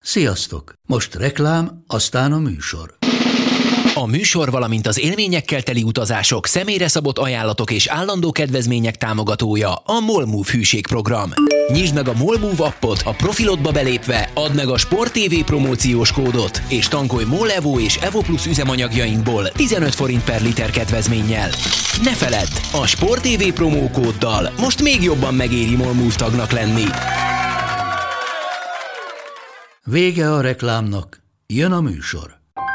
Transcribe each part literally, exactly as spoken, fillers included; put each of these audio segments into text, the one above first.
Sziasztok! Most reklám, aztán a műsor. A műsor, valamint az élményekkel teli utazások, személyre szabott ajánlatok és állandó kedvezmények támogatója a MOLMOVE hűségprogram. Nyisd meg a MOLMOVE appot, a profilodba belépve add meg a Sport té vé promóciós kódot, és tankolj MOL Evo és Evo Plus üzemanyagjainkból tizenöt forint per liter kedvezménnyel. Ne feledd, a Sport té vé promókóddal most még jobban megéri MOLMOVE tagnak lenni. Vége a reklámnak, jön a műsor.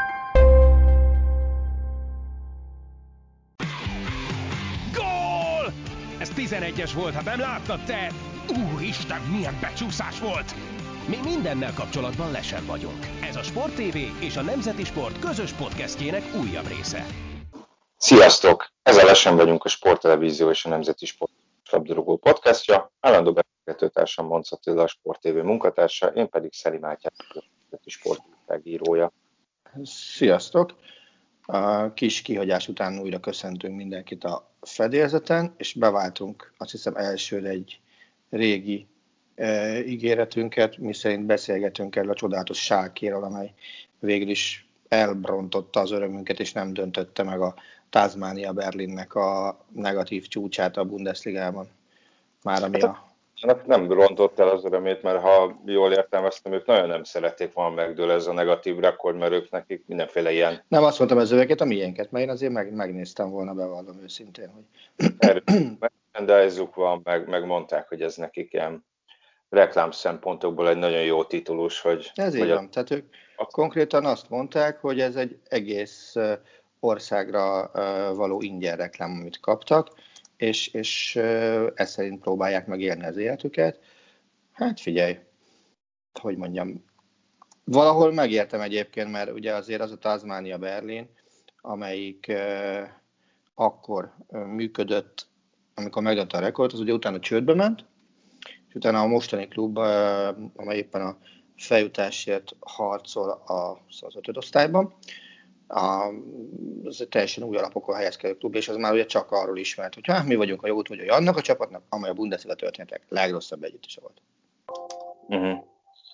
Gól! Ez tizenegyes volt, ha nem láttad te! Úristen, milyen becsúszás volt! Mi mindennel kapcsolatban lesen vagyunk. Ez a Sport té vé és a Nemzeti Sport közös podcastjének újabb része. Sziasztok! Ezzel lesen vagyunk a Sport Televízió és a Nemzeti Sport labdarúgó podcastja. Állandó beszélgetőtársam Monc Attila, a Sport té vé munkatársa, én pedig Szeli Mátyás, a Nemzeti Sport újságírója. Sziasztok! A kis kihagyás után újra köszöntünk mindenkit a fedélzeten, és beváltunk, azt hiszem, elsőre egy régi e, ígéretünket, miszerint beszélgetünk erről a csodálatos Schalkéről, amely végül is elbrontotta az örömünket, és nem döntötte meg a Tasmania Berlinnek a negatív csúcsát a Bundesligában. Már ami a... Nem rontott el az örömét, mert ha jól értelmeztem, ők nagyon nem szerették volna megdől ez a negatív rekord, mert ők nekik mindenféle ilyen... Nem azt mondtam az öveket, a miénket, mert én azért meg, megnéztem volna, bevallom őszintén, hogy... Merchandise-uk van, meg, meg mondták, hogy ez nekik ilyen reklám szempontokból egy nagyon jó titulus, hogy... Ez így van, a... tehát ők konkrétan azt mondták, hogy ez egy egész országra való ingyen reklám, amit kaptak, és, és ez szerint próbálják megélni az életüket. Hát figyelj, hogy mondjam, valahol megértem egyébként, mert ugye azért az a Tasmania Berlin, amelyik eh, akkor működött, amikor megdöntte a rekord, az ugye utána csődbe ment, és utána a mostani klub, eh, amely éppen a feljutásért harcol a, az ötödosztályban, A, az egy teljesen új alapokon helyezkedő klub, és az már ugye csak arról ismert, hogy hát mi vagyunk a jó út, vagy annak a csapatnak, amely a Bundesliga történetek legrosszabb együttese volt. Uh-huh.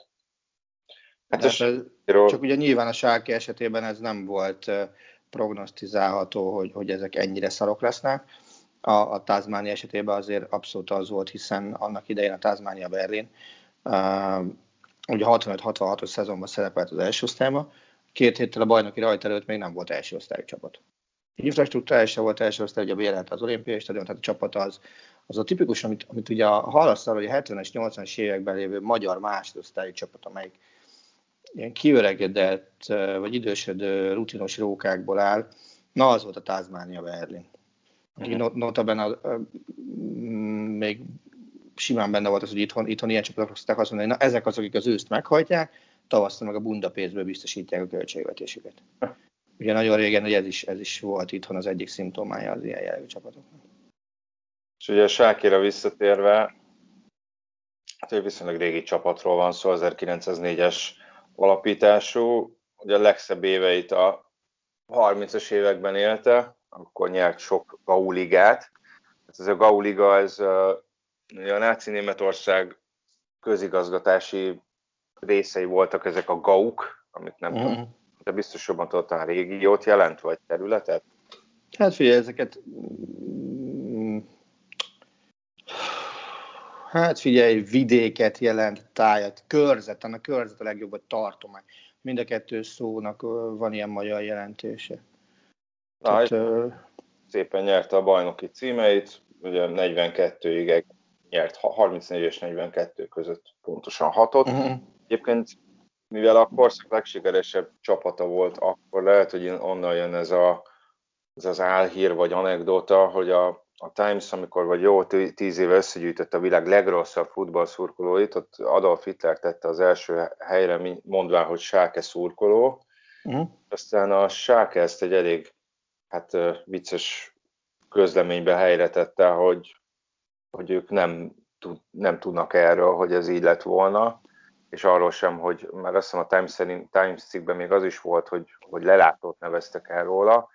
Hát ez, csak ugye nyilván a Schalke esetében ez nem volt uh, prognosztizálható, hogy, hogy ezek ennyire szarok lesznek. A, a Tasmania esetében azért abszolút az volt, hiszen annak idején a Tasmania Berlin uh, ugye hatvanöt hatvanhatos szezonban szerepelt az első osztályban. Két héttel a bajnoki rajt előtt még nem volt első osztályú csapat. Infrastruktúrálisan volt első osztály, ugye bérelt az olimpiai stadion, tehát a csapat az, az a tipikus, amit, amit ugye hallasz arra, hogy a hetvenes, nyolcvanas években lévő magyar másodosztályú csapat, amelyik ilyen kiöregedett, vagy idősödő, rutinos rókákból áll, na az volt a Tasmania Berlin. Akik not, notabene a, a, még simán benne volt az, hogy itthon, itthon ilyen csapatok szokták azt mondani, na ezek azok, akik az őszt meghajtják, tavasztal meg a Budapestből biztosítják a költségvetésüket. Ugye nagyon régen, hogy ez is, ez is volt itthon az egyik szimptomája az ilyen jellegű csapatoknak. És ugye a Schalkére visszatérve, hát egy viszonylag régi csapatról van szó, ezerkilencszáznégyes alapítású, ugye a legszebb éveit a harmincas években élte, akkor nyert sok Gauligát. Ez a Gauliga, ez a náci Németország közigazgatási részei voltak ezek a gauk, amit nem mm. tudom, de biztos jobban tudod, a régiót jelent, vagy területet? Hát figyelj, ezeket... Hát figyelj, vidéket jelent, tájat, körzet, a körzet a legjobb, vagy tartomány. Mind a kettő szónak van ilyen magyar jelentése. Na, Tehát, ö... szépen nyerte a bajnoki címeit, ugye negyvenkettőig nyert, harmincnégy és negyvenkettő között pontosan hatot. Uh-huh. Egyébként, mivel a korszak legsikeresebb csapata volt, akkor lehet, hogy onnan jön ez, a, ez az álhír vagy anekdota, hogy a, a Times, amikor vagy jó tíz éve összegyűjtött a világ legrosszabb futballszurkolóit, ott Adolf Hitler tette az első helyre, mondván, hogy Schalke szurkoló. Uh-huh. Aztán a Schalke ezt egy elég hát, vicces közleménybe helyre tette, hogy, hogy ők nem, tud, nem tudnak erről, hogy ez így lett volna. És arról sem, hogy már azt hiszem a Times, szerint, Times cikkben még az is volt, hogy, hogy lelátót neveztek el róla.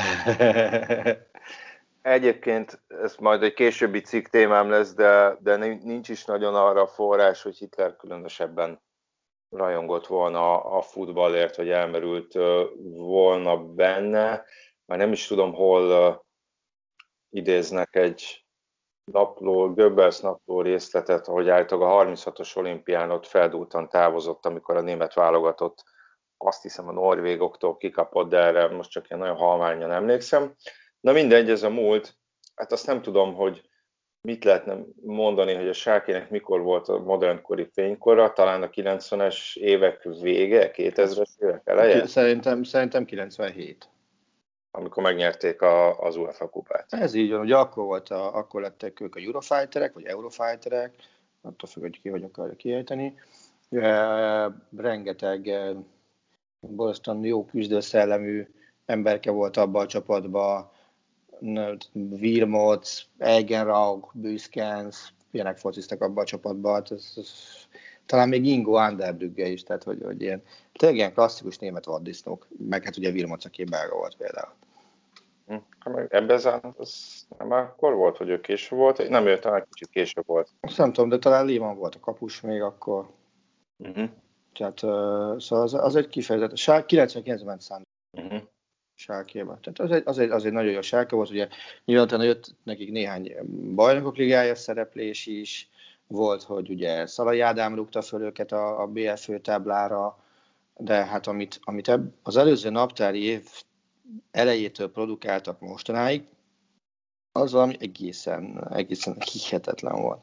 Egyébként ez majd egy későbbi cikk témám lesz, de, de nincs is nagyon arra forrás, hogy Hitler különösebben rajongott volna a futballért, vagy elmerült volna benne. Már nem is tudom, hol idéznek egy napló, Goebbels napló részletet, ahogy állítólag a harminchatos olimpián ott feldúltan távozott, amikor a német válogatott, azt hiszem a norvégoktól kikapott, de erre most csak ilyen nagyon halványan emlékszem. Na mindegy, ez a múlt. Hát azt nem tudom, hogy mit lehetne mondani, hogy a Schalkének mikor volt a modernkori fénykora, talán a kilencvenes évek vége, kétezres évek eleje? Szerintem, szerintem kilencvenhét. Amikor megnyerték a, az UEFA kupát. Ez így van, ugye akkor, volt a, akkor lettek ők a Eurofighterek, vagy Eurofighterek, attól függ, hogy ki hogy akarja kiejteni. Rengeteg borzasztóan jó küzdőszellemű emberke volt abban a csapatban, Wilmots, Eigenrauch, Büskens, ilyenek fociztak abban a csapatban. Hát ez, ez, talán még Ingo Anderbrügge is, tehát hogy, hogy ilyen, tényleg ilyen klasszikus német vaddisznók, meg hát ugye Wilmots, aki belga volt például. Ebben az nem akkor volt, hogy ő később volt? Nem, ő talán kicsit később volt. Azt nem tudom, de talán Lehmann volt a kapus még akkor. Uh-huh. Tehát uh, szóval az, az egy kifejezetten, kilencvenkilencben szánt uh-huh. Schalkéba. Tehát az egy, az, egy, az egy nagyon jó Schalke volt, ugye nyilván jött nekik néhány bajnokok ligája szereplés is, volt, hogy ugye Szalai Ádám rúgta föl őket a, a bé el főtáblára, de hát amit, amit ebb, az előző naptári év elejétől produkáltak mostanáig, az valami egészen, egészen hihetetlen volt.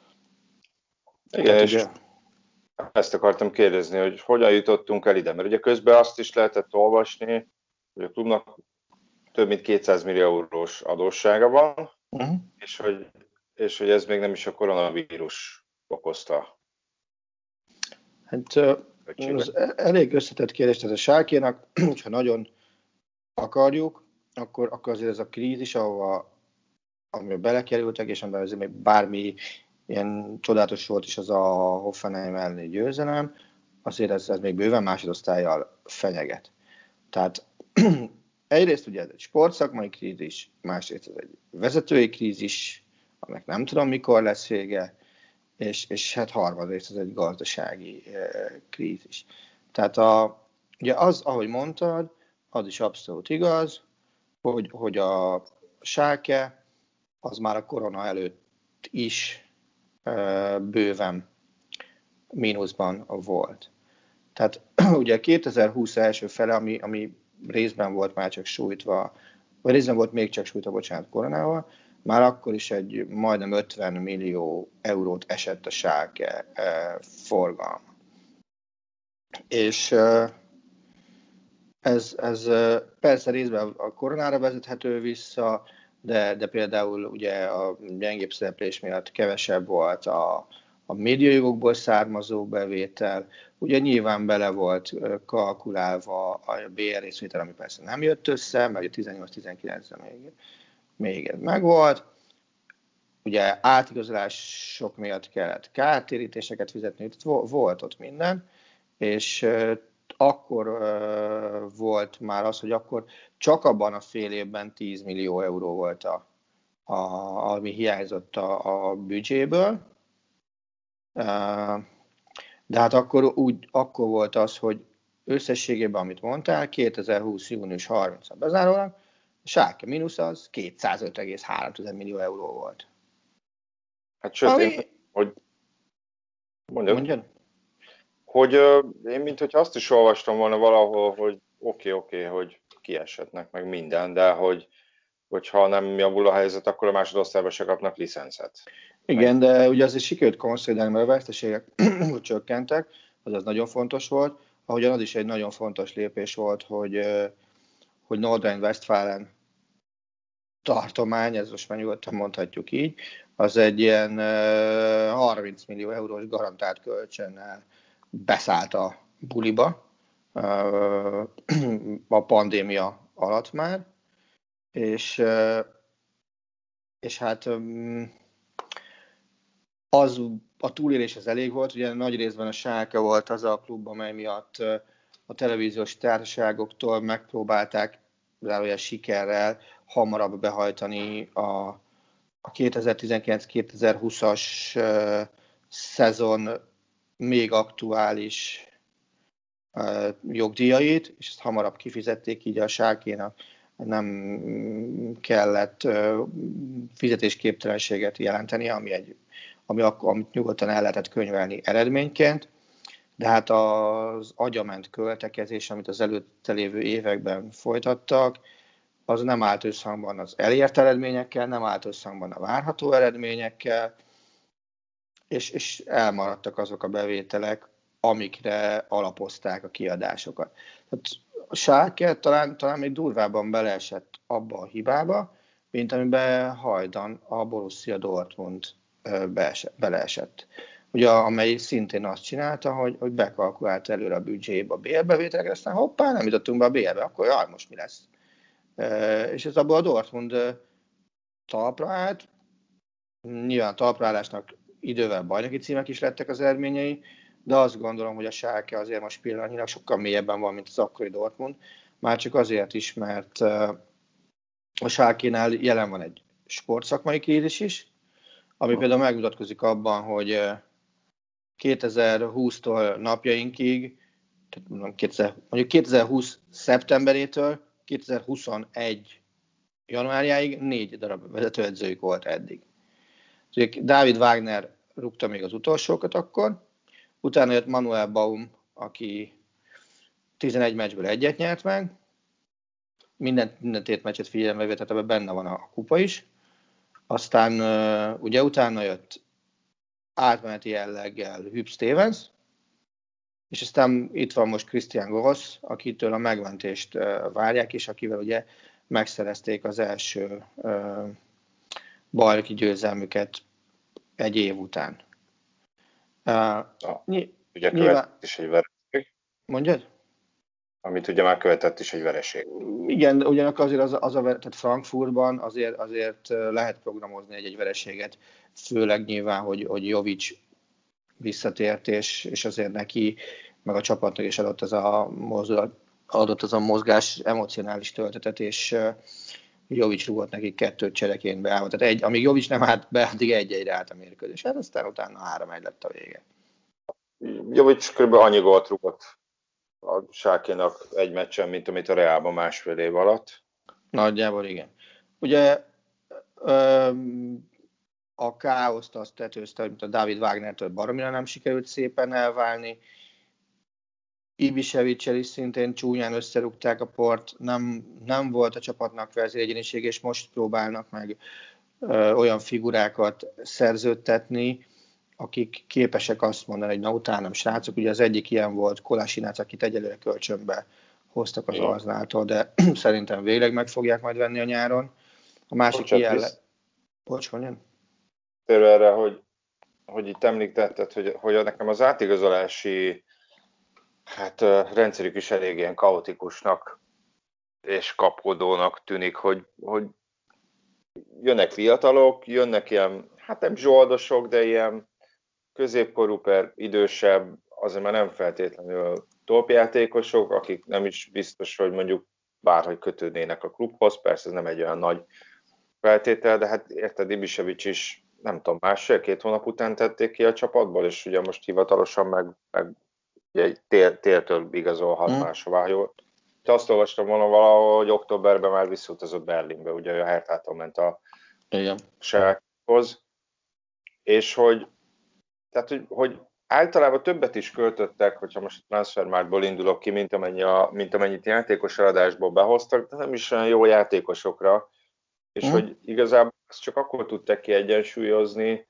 Igen, hát, és ugye... ezt akartam kérdezni, hogy hogyan jutottunk el ide, mert ugye közben azt is lehetett olvasni, hogy a klubnak több mint kétszáz millió eurós adóssága van, uh-huh. és, hogy, és hogy ez még nem is a koronavírus okozta. Hát ez elég összetett kérdés, tehát a Schalkénak, hogyha nagyon akarjuk, akkor, akkor azért ez a krízis, ahova, amiben belekerültek, és amiben azért még bármi ilyen csodálatos volt is az a Hoffenheim elleni győzelem, azért ez, ez még bőven másodosztállyal fenyeget. Tehát egyrészt ugye ez egy sportszakmai krízis, másrészt ez egy vezetői krízis, aminek nem tudom mikor lesz vége, és, és hát harmadrészt ez egy gazdasági eh, krízis. Tehát a, ugye az, ahogy mondtad, az is abszolút igaz, hogy, hogy a Schalke az már a korona előtt is e, bőven mínuszban volt. Tehát ugye kétezer-húsz első fele, ami, ami részben volt már csak sújtva, vagy részben volt még csak sújtva, bocsánat, koronával, már akkor is egy majdnem ötven millió eurót esett a Schalke e, forgalma. És e, Ez, ez persze részben a koronára vezethető vissza, de, de például ugye a gyengébb szereplés miatt kevesebb volt a, a médiajogokból származó bevétel. Ugye nyilván bele volt kalkulálva a bé er részvétel, ami persze nem jött össze, mert a tizennyolc-tizenkilencben még, még ez megvolt. Ugye átigazolások miatt kellett kártérítéseket fizetni, volt ott minden, és akkor uh, volt már az, hogy akkor csak abban a fél évben tíz millió euró volt, a, a, ami hiányzott a, a büdzséből. Uh, de hát akkor, úgy, akkor volt az, hogy összességében, amit mondtál, kétezer-húsz június harmincadikán bezárólag, a Schalke mínusz az kétszázöt egész három millió euró volt. Hát sőt, ami... én, hogy mondjad. Mondjad? Hogy uh, én minthogy azt is olvastam volna valahol, hogy oké, okay, oké, okay, hogy kieshetnek meg minden, de hogy hogyha nem javul a helyzet, akkor a másodosztályban se kapnak licencet. Igen, de ugye azért sikerült konszolidálni, mert a veszteségek csökkentek, az az nagyon fontos volt. Ahogyan az is egy nagyon fontos lépés volt, hogy, hogy Nordrhein-Westfalen tartomány, ez most már nyugodtan mondhatjuk így, az egy ilyen harminc millió eurós garantált kölcsönnel beszállt a buliba a pandémia alatt már, és, és hát az, a túlélés az elég volt, ugye nagy részben a Schalke volt az a klub, amely miatt a televíziós társaságoktól megpróbálták zárójel sikerrel hamarabb behajtani a, a kétezer-tizenkilenc kétezer-húszas szezon még aktuális jogdíjait, és ezt hamarabb kifizették, így a Schalkénak nem kellett fizetésképtelenséget jelenteni, ami egy, ami akkor, amit nyugodtan el lehetett könyvelni eredményként, de hát az agyament költekezés, amit az előtte lévő években folytattak, az nem állt összhangban az elért eredményekkel, nem állt összhangban a várható eredményekkel, és, és elmaradtak azok a bevételek, amikre alapozták a kiadásokat. Tehát a Schalke talán, talán még durvábban beleesett abba a hibába, mint amiben hajdan a Borussia Dortmund beesett, beleesett. Ugye, amely szintén azt csinálta, hogy, hogy bekalkulálta előre a büdzséjébe a bérbevételeket, aztán hoppá, nem jutottunk be a bérbe, akkor jaj, most mi lesz? És ez abból a Dortmund talpra állt. Nyilván a talpraállásnak idővel bajnoki címek is lettek az eredményei, de azt gondolom, hogy a Schalke azért most pillanatnyilag sokkal mélyebben van, mint az akkori Dortmund. Már csak azért is, mert a Schalkénál jelen van egy sportszakmai krízis is, ami például megmutatkozik abban, hogy kétezer-húsztól napjainkig, mondjuk kétezer-húsz szeptemberétől kétezer-huszonegy januárjáig négy darab vezetőedzőjük volt eddig. David Wagner rúgta még az utolsókat akkor, utána jött Manuel Baum, aki tizenegy meccsből egyet nyert meg, minden, minden tét meccset figyelembe véve, tehát ebben benne van a kupa is. Aztán ugye utána jött átmeneti jelleggel Huub Stevens, és aztán itt van most Christian Gross, akitől a megmentést várják, és akivel ugye megszerezték az első bajnoki győzelmüket egy év után. Uh, ny- ugye nyilván... követett is egy vereség. Mondjad? Amit ugye már követett is egy vereség. Igen, ugyanakkor azért az, az a, tehát Frankfurtban azért, azért lehet programozni egy-egy vereséget, főleg nyilván, hogy, hogy Jovic visszatért, és, és azért neki, meg a csapatnak is adott az a, mozdulat, adott az a mozgás emocionális töltetet, és Jovic rúgott neki kettőt csereként beállva. Tehát egy, amíg Jovic nem állt be, addig egy-egyre állt a mérkőzés. Hát aztán utána három-egy lett a vége. Jovic kb. Annyi gólt rúgott a Schalkénak egy meccsen, mint amit a Realban másfél év alatt. Nagyjából igen. Ugye a káoszt azt tetőzte, hogy a David Wagnertől baromira nem sikerült szépen elválni. Ibiševićsel is szintén csúnyán összerúgták a port, nem, nem volt a csapatnak vezéregyéniség, és most próbálnak meg ö, olyan figurákat szerződtetni, akik képesek azt mondani, hogy na utána srácok, ugye az egyik ilyen volt Kolasinac, akit egyelőre kölcsönbe hoztak az Arsenaltól, de szerintem végleg meg fogják majd venni a nyáron. A másik Bocsát, ilyen... Le... Bocs, mondjam? Térve erre, hogy, hogy itt említetted, hogy, hogy nekem az átigazolási hát, rendszerük is elég ilyen kaotikusnak és kapkodónak tűnik, hogy, hogy jönnek fiatalok, jönnek ilyen, hát nem zsoldosok, de ilyen középkorú per idősebb, azért már nem feltétlenül topjátékosok, akik nem is biztos, hogy mondjuk bárhogy kötődnének a klubhoz, persze ez nem egy olyan nagy feltétel, de hát érted, Ibišević is, nem tudom, másfél-két hónap után tették ki a csapatból, és ugye most hivatalosan meg, meg ugye tél, téltől igazolhat hmm. máshová. Jó. Te azt olvastam volna valahol, hogy októberben már visszautazott Berlinbe, ugye a Herthától ment a Schalkehoz, és hogy, tehát, hogy, hogy általában többet is költöttek, hogyha most a Transfermarktból indulok ki, mint, amennyi a, mint amennyit játékos eladásból behoztak, de nem is olyan jó játékosokra, és hmm. hogy igazából ezt csak akkor tudták kiegyensúlyozni,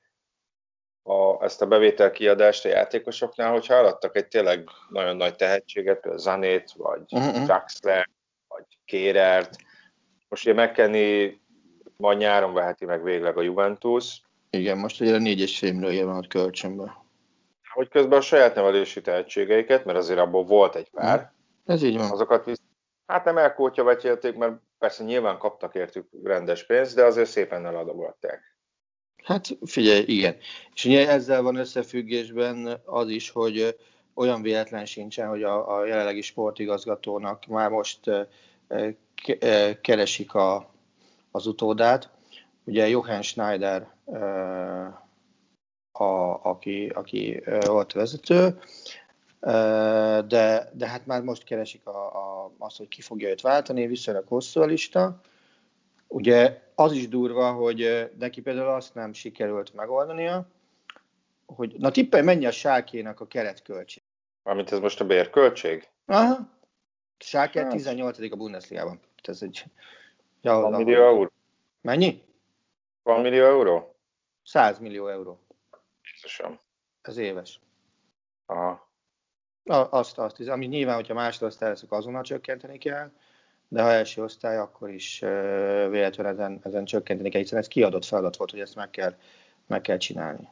A, ezt a bevételkiadást a játékosoknál, hogyha eladtak egy tényleg nagyon nagy tehetséget, például Zanét, vagy uh-huh. Draxler, vagy Kérert. Most ugye McKennie majd nyáron veheti meg végleg a Juventus. Igen, most ugye négy és fél millió van a kölcsönben. Hogy közben a saját nevelési tehetségeiket, mert azért abból volt egy pár. Uh-huh. Ez így van. Azokat visz... Hát nem elkótyavetjelték, mert persze nyilván kaptak értük rendes pénzt, de azért szépen eladogatták. Hát figyelj, igen. És ugye ezzel van összefüggésben az is, hogy olyan véletlen sincsen, hogy a, a jelenlegi sportigazgatónak már most ke- keresik a, az utódát. Ugye Johann Schneider, a, aki, aki volt vezető, de, de hát már most keresik a, a, azt, hogy ki fogja őt váltani, viszonylag hosszú a lista. Ugye az is durva, hogy neki például azt nem sikerült megoldania, hogy na tippelj, mennyi a Schalkének a keretköltség? Mármint ez most a bérköltség? Aha. Schalke tizennyolcadik a Bundesligában. Ez egy... Ja, van millió euró. Mennyi? Van millió euró? száz millió euró. Biztosan. Ez éves. Aha. Azt, azt hiszem, ami nyilván, hogyha másodosztály leszek, azonnal csökkenteni kell, de ha első osztály, akkor is uh, véletlenül ezen, ezen csökkenteni kell, hiszen ez kiadott feladat volt, hogy ezt meg kell, meg kell csinálni.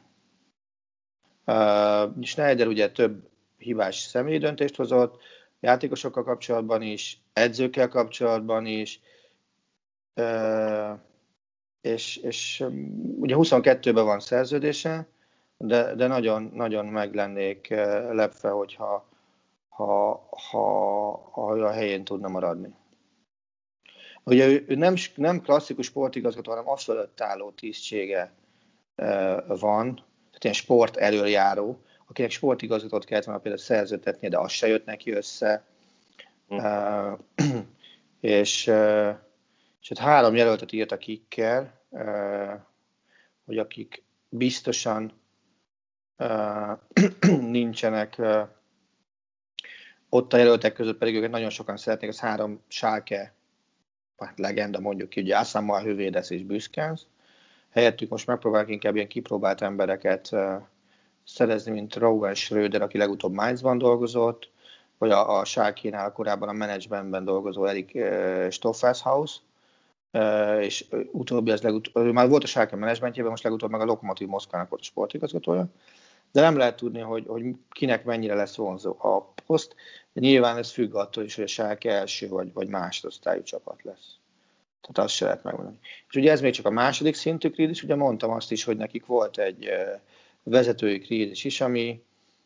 Uh, Schneider ugye több hibás személyi döntést hozott, játékosokkal kapcsolatban is, edzőkkel kapcsolatban is, uh, és, és ugye huszonkettőben van szerződése, de, de nagyon, nagyon meg lennék lepve, hogyha ha, ha, ha a helyén tudna maradni. Ugye ő, ő nem, nem klasszikus sportigazgató, hanem azt fölött álló tisztsége van, tehát ilyen sport elöljáró, akinek sportigazgatót kellett volna például szerződtetnie, de az se jött neki össze. Mm. Uh, és, uh, és hát három jelöltet írt a Kicker, uh, hogy akik biztosan uh, nincsenek uh, ott a jelöltek között, pedig őket nagyon sokan szeretnék, az három Schalke, hát legenda mondjuk ki, ugye Asamoah, Hövedes és Büskens. Helyettük most megpróbálják inkább ilyen kipróbált embereket uh, szerezni, mint Rowan Schröder, aki legutóbb Mainzban dolgozott, vagy a, a Schalke-nál korábban a managementben dolgozó Erik uh, Stoffelshaus, uh, és utóbbi az legutóbb, ő már volt a Schalke managementjében, most legutóbb meg a Lokomotív Moszkvának volt a sportigazgatója, de nem lehet tudni, hogy, hogy kinek mennyire lesz vonzó a poszt, de nyilván ez függ attól is, hogy a Schalke első vagy, vagy másodosztályú csapat lesz. Tehát azt se lehet megmondani. És ugye ez még csak a második szintű krízis, ugye mondtam azt is, hogy nekik volt egy uh, vezetői krízis is, ami,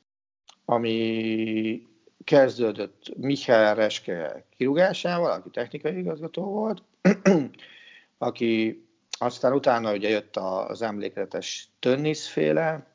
ami kezdődött Michael Reschke kirúgásával, aki technikai igazgató volt, aki aztán utána ugye jött az emlékezetes Tönnies-féle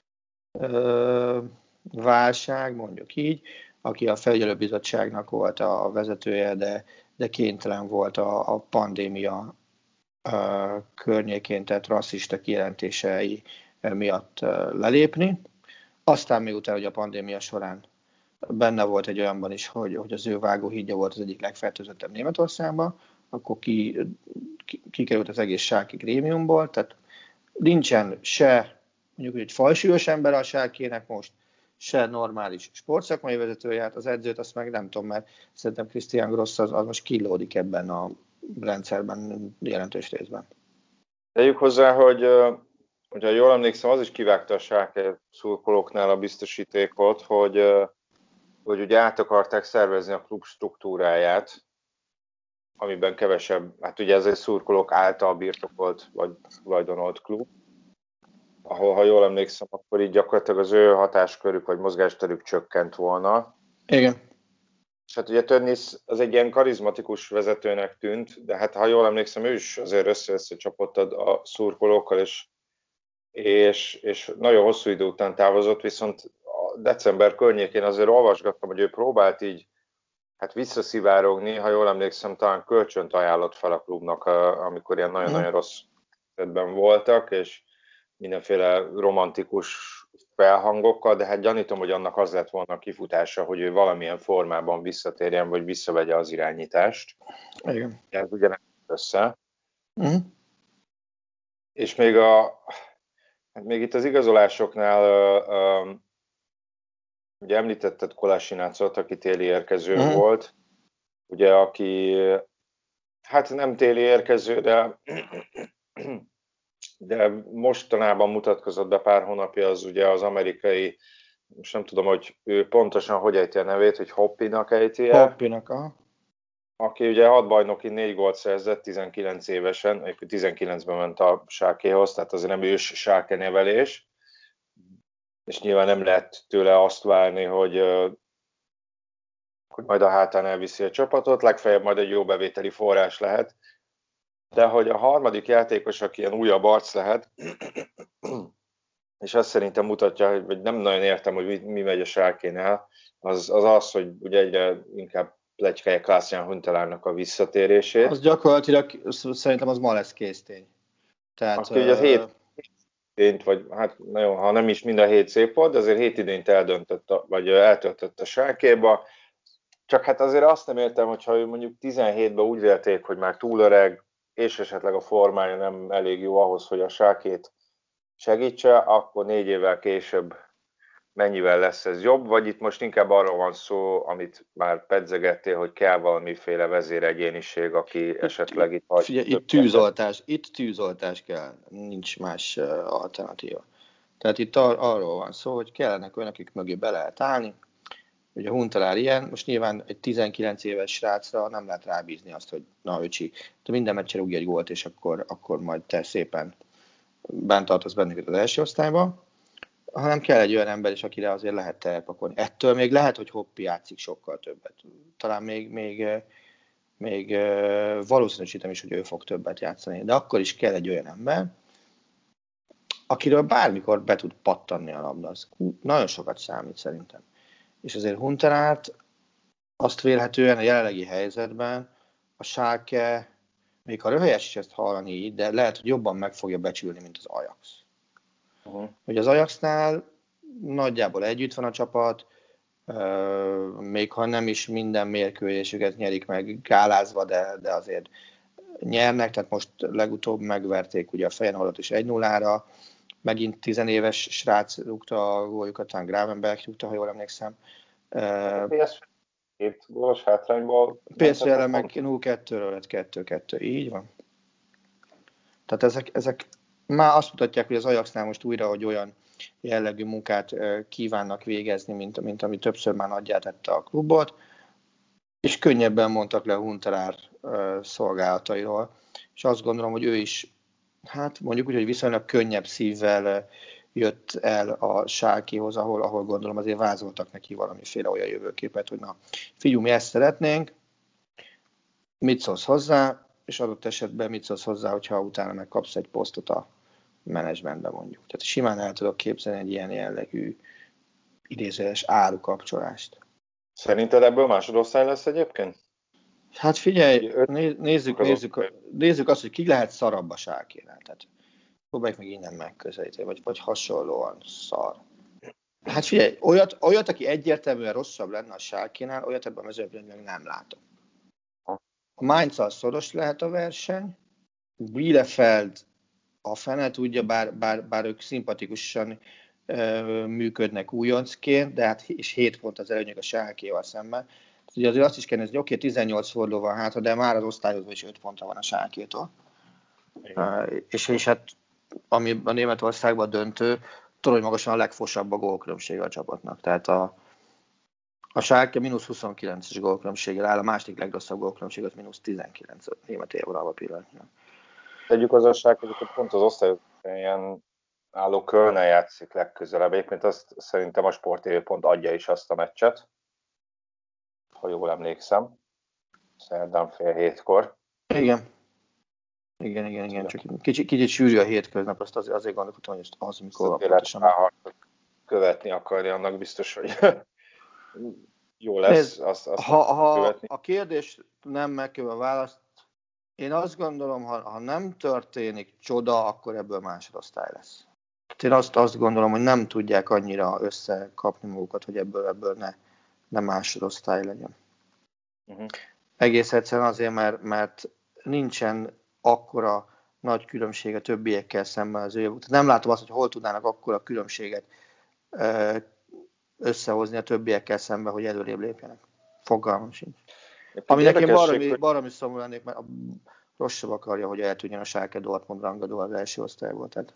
ö, válság, mondjuk így, aki a felügyelőbizottságnak volt a vezetője, de, de kénytelen volt a, a pandémia ö, környékén, tehát rasszista kijelentései miatt lelépni. Aztán még utána, hogy a pandémia során benne volt egy olyanban is, hogy, hogy az ő vágóhídja volt az egyik legfertőzöttebb Németországban, akkor ki, ki, kikerült az egész Schalke grémiumból, tehát nincsen se mondjuk egy fajsúlyos ember a Schalke-nek most, se normális sportszakmai vezetője, hát az edzőt azt meg nem tudom, mert szerintem Christian Gross az, az most kilódik ebben a rendszerben jelentős részben. Tegyük hozzá, hogy hogyha jól emlékszem, az is kivágta a Schalke szurkolóknál a biztosítékot, hogy, hogy ugye át akarták szervezni a klub struktúráját, amiben kevesebb, hát ugye ez egy szurkolók által birtokolt vagy tulajdonolt klub, ahol, ha jól emlékszem, akkor így gyakorlatilag az ő hatáskörük vagy mozgásterük csökkent volna. Igen. És hát ugye Tönnies az egy ilyen karizmatikus vezetőnek tűnt, de hát ha jól emlékszem, ő is azért össze-össze csapott a szurkolókkal, és És, és nagyon hosszú idő után távozott, viszont a december környékén azért olvasgattam, hogy ő próbált így hát visszaszivárogni, ha jól emlékszem, talán kölcsönt ajánlott fel a klubnak, amikor ilyen nagyon-nagyon rossz helyzetben voltak, és mindenféle romantikus felhangokkal, de hát gyanítom, hogy annak az lett volna a kifutása, hogy ő valamilyen formában visszatérjen, vagy visszavegye az irányítást. Igen. Ez ugye nem össze. Uh-huh. És még a Hát még itt az igazolásoknál, uh, um, ugye említetted Kolasinácot, aki téli érkező mm. volt, ugye aki, hát nem téli érkező, de, de mostanában mutatkozott be pár hónapja az ugye az amerikai, most nem tudom, hogy ő pontosan hogy ejti a nevét, hogy Hoppinak ejti el. Hoppinak, aha. Aki ugye hat bajnoki, négy gólt szerzett tizenkilenc évesen, tizenkilencben ment a Schalkehoz, tehát azért nem ős Schalke nevelés, és nyilván nem lehet tőle azt várni, hogy, hogy majd a hátán elviszi a csapatot, legfeljebb majd egy jó bevételi forrás lehet, de hogy a harmadik játékos, aki ilyen újabb arc lehet, és azt szerintem mutatja, hogy nem nagyon értem, hogy mi megy a Schalkénál, az, az az, hogy ugye egyre inkább pletykálják Klaas-Jan Huntelaarnak a visszatérését. Az gyakorlatilag szerintem az ma lesz késztény. Tehát, aki ugye az hét idényt, vagy hát nagyon, ha nem is mind a hét szép volt, de azért hét idényt eldöntött, a, vagy eltöltött a Schalkéba. Csak hát azért azt nem értem, hogyha ő mondjuk tizenhétben úgy vélték, hogy már túl öreg, és esetleg a formája nem elég jó ahhoz, hogy a Schalkét segítse, akkor négy évvel később mennyivel lesz ez jobb, vagy itt most inkább arról van szó, amit már pedzegettél, hogy kell valamiféle vezéregyéniség, aki esetleg itt... Figyelj, itt tűzoltás, itt tűzoltás kell, nincs más alternatíva. Tehát itt ar- arról van szó, hogy kellenek olyanok, akik mögé be lehet állni. Ugye a Huntelaar ilyen, most nyilván egy tizenkilenc éves srácra nem lehet rábízni azt, hogy na öcsi, te minden meccsen rúgj egy gólt, és akkor, akkor majd te szépen bent tartasz bennünket az első osztályba, hanem kell egy olyan ember is, akire azért lehet terpakolni. Ettől még lehet, hogy Hoppe játszik sokkal többet. Talán még, még, még valószínűsítem is, hogy ő fog többet játszani. De akkor is kell egy olyan ember, akiről bármikor be tud pattanni a labda. Az nagyon sokat számít szerintem. És azért Huntelaart azt vélhetően a jelenlegi helyzetben a Schalke, még ha röhelyes is ezt hallani így, de lehet, hogy jobban meg fogja becsülni, mint az Ajax. Uh-huh. Hogy az Ajaxnál nagyjából együtt van a csapat, euh, még ha nem is minden mérkőzésüket nyerik meg gálázva, de, de azért nyernek, tehát most legutóbb megverték ugye a Feyenoordot is egy nullára, megint tizenéves srác rúgta a góljukat, talán Gravenberg rúgta, ha jól emlékszem. pé es vé két gólos hátrányból. pé es vé-re meg nulla kettőről lett kettő kettő, így van. Tehát ezek, ezek már azt mutatják, hogy az Ajaxnál most újra, hogy olyan jellegű munkát kívánnak végezni, mint, mint ami többször már nagyját tette a klubot, és könnyebben mondtak le Huntelaar szolgálatairól. És azt gondolom, hogy ő is, hát mondjuk úgy, hogy viszonylag könnyebb szívvel jött el a Schalkéhoz, ahol, ahol gondolom azért vázoltak neki valamiféle olyan jövőképet, hogy na, figyelj, mi ezt szeretnénk, mit szólsz hozzá, és adott esetben mit szólsz hozzá, hogyha utána megkapsz egy posztot a menedzsmentben mondjuk. Tehát simán el tudok képzelni egy ilyen jellegű idézőjeles árukapcsolást. Szerinted ebből másodosztály lesz egyébként? Hát figyelj, nézzük, nézzük, nézzük azt, hogy ki lehet szarabb a Schalkénál. Tehát próbáljuk meg innen megközelíteni, vagy, vagy hasonlóan szar. Hát figyelj, olyat, olyat, aki egyértelműen rosszabb lenne a Schalkénál, olyat ebben a mezőben még nem látom. A Mainzzal szoros lehet a verseny, Bielefeld a fene tudja, bár, bár, bár ők szimpatikusan ö, működnek újoncként, de hát és hét pont az előnyük a Schalkéval szemben. Ugye azért azt is kell nézni, hogy oké, tizennyolc forduló van hátra, de már az osztályozó is öt pontra van a Schalkétól. Uh, és, és hát ami a Németországban döntő, torony magasan a legfosabb a gólkülönbsége a csapatnak. Tehát a, a Schalke mínusz huszonkilences gólkülönbséggel áll, a második legrosszabb gólkülönbség az mínusz tizenkilenc német élvonalba pillanatnyilag. Tegyük az a Schalke, hogy pont az osztályozóhelyen álló Kölnnel játszik legközelebb. Egyébként azt szerintem a Sport té vé pont adja is azt a meccset, ha jól emlékszem. Szerdán fél hétkor. Igen. Igen, igen, igen. Csak kicsit, kicsit sűrű a hétköznap, azt azért, azért gondolkodtam, hogy az mikor van pontosan. Követni akarja, annak biztos, hogy jó lesz. Ez, azt, azt ha, ha a kérdés nem megköve a választ, én azt gondolom, ha, ha nem történik csoda, akkor ebből másodosztály lesz. Én azt, azt gondolom, hogy nem tudják annyira összekapni magukat, hogy ebből, ebből ne, ne másodosztály legyen. Uh-huh. Egész egyszerűen azért, mert, mert nincsen akkora nagy különbség a többiekkel szemben az ő. Tehát nem látom azt, hogy hol tudnának akkora különbséget összehozni a többiekkel szemben, hogy előrébb lépjenek. Fogalmam sincs. Ami nekem baromi, baromi szomorú lennék, mert a rosszabb akarja, hogy el tudjon a Schalke Dortmund rangadó az első osztályból. Tehát.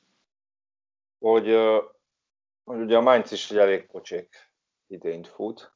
Hogy, hogy ugye a Mainz is egy elég pocsék idényt fut,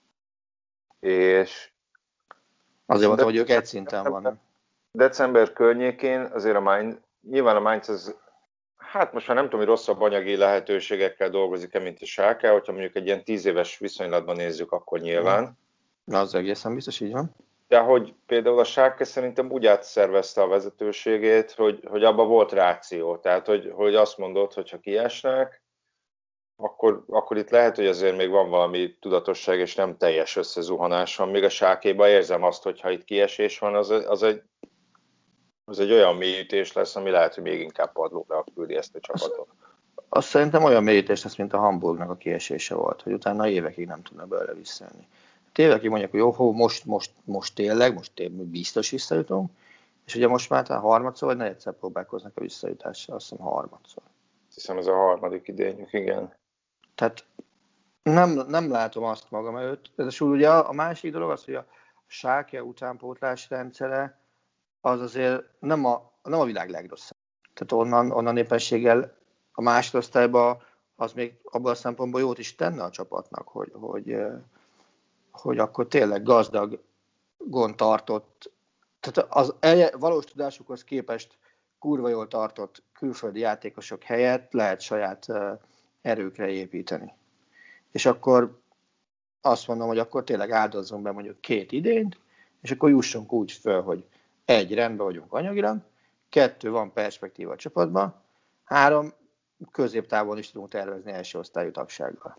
és azért mondtam, hogy ők egy szinten vannak. December környékén azért a Mainz, nyilván a Mainz az, hát most már nem tudom, hogy rosszabb anyagi lehetőségekkel dolgozik-e, mint a Schalke, hogyha mondjuk egy ilyen tíz éves viszonylatban nézzük, akkor nyilván. Na, az egészen biztos, így van. De hogy például a Schalke szerintem úgy átszervezte a vezetőségét, hogy, hogy abban volt ráció. Tehát, hogy, hogy azt mondod, hogy ha kiesnek, akkor, akkor itt lehet, hogy azért még van valami tudatosság, és nem teljes összezuhanás van. Még a Schalkéban érzem azt, hogy ha itt kiesés van, az, az, egy, az egy olyan mélyütés lesz, ami lehet, hogy még inkább padlóra küldi ezt a csapatot. Azt szerintem olyan mélyítés lesz, mint a Hamburgnak a kiesése volt, hogy utána évekig nem tudnak belőle visszajönni. Évekig mondják, hogy jó, most, most, most tényleg, most tényleg biztos visszajutunk, és ugye most már harmadszor vagy negyedszer próbálkoznak a visszajutással, azt hiszem harmadszor. Azt hiszem ez a harmadik idényük, igen. Tehát nem, nem látom azt magam előtt. Ez ugye a másik dolog az, hogy a Schalke utánpótlás rendszere az azért nem a, nem a világ legrosszabb. Tehát onnan, onnan éppenséggel a másodosztályban az még abban a szempontból jót is tenne a csapatnak, hogy, hogy, hogy akkor tényleg gazdag, gond tartott, tehát az valós tudásukhoz képest kurva jól tartott külföldi játékosok helyett lehet saját erőkre építeni. És akkor azt mondom, hogy akkor tényleg áldozzunk be mondjuk két idényt, és akkor jussunk úgy föl, hogy egy, rendben vagyunk anyagilag, kettő, van perspektíva a csapatban, három, középtávon is tudunk tervezni első osztályú tagsággal.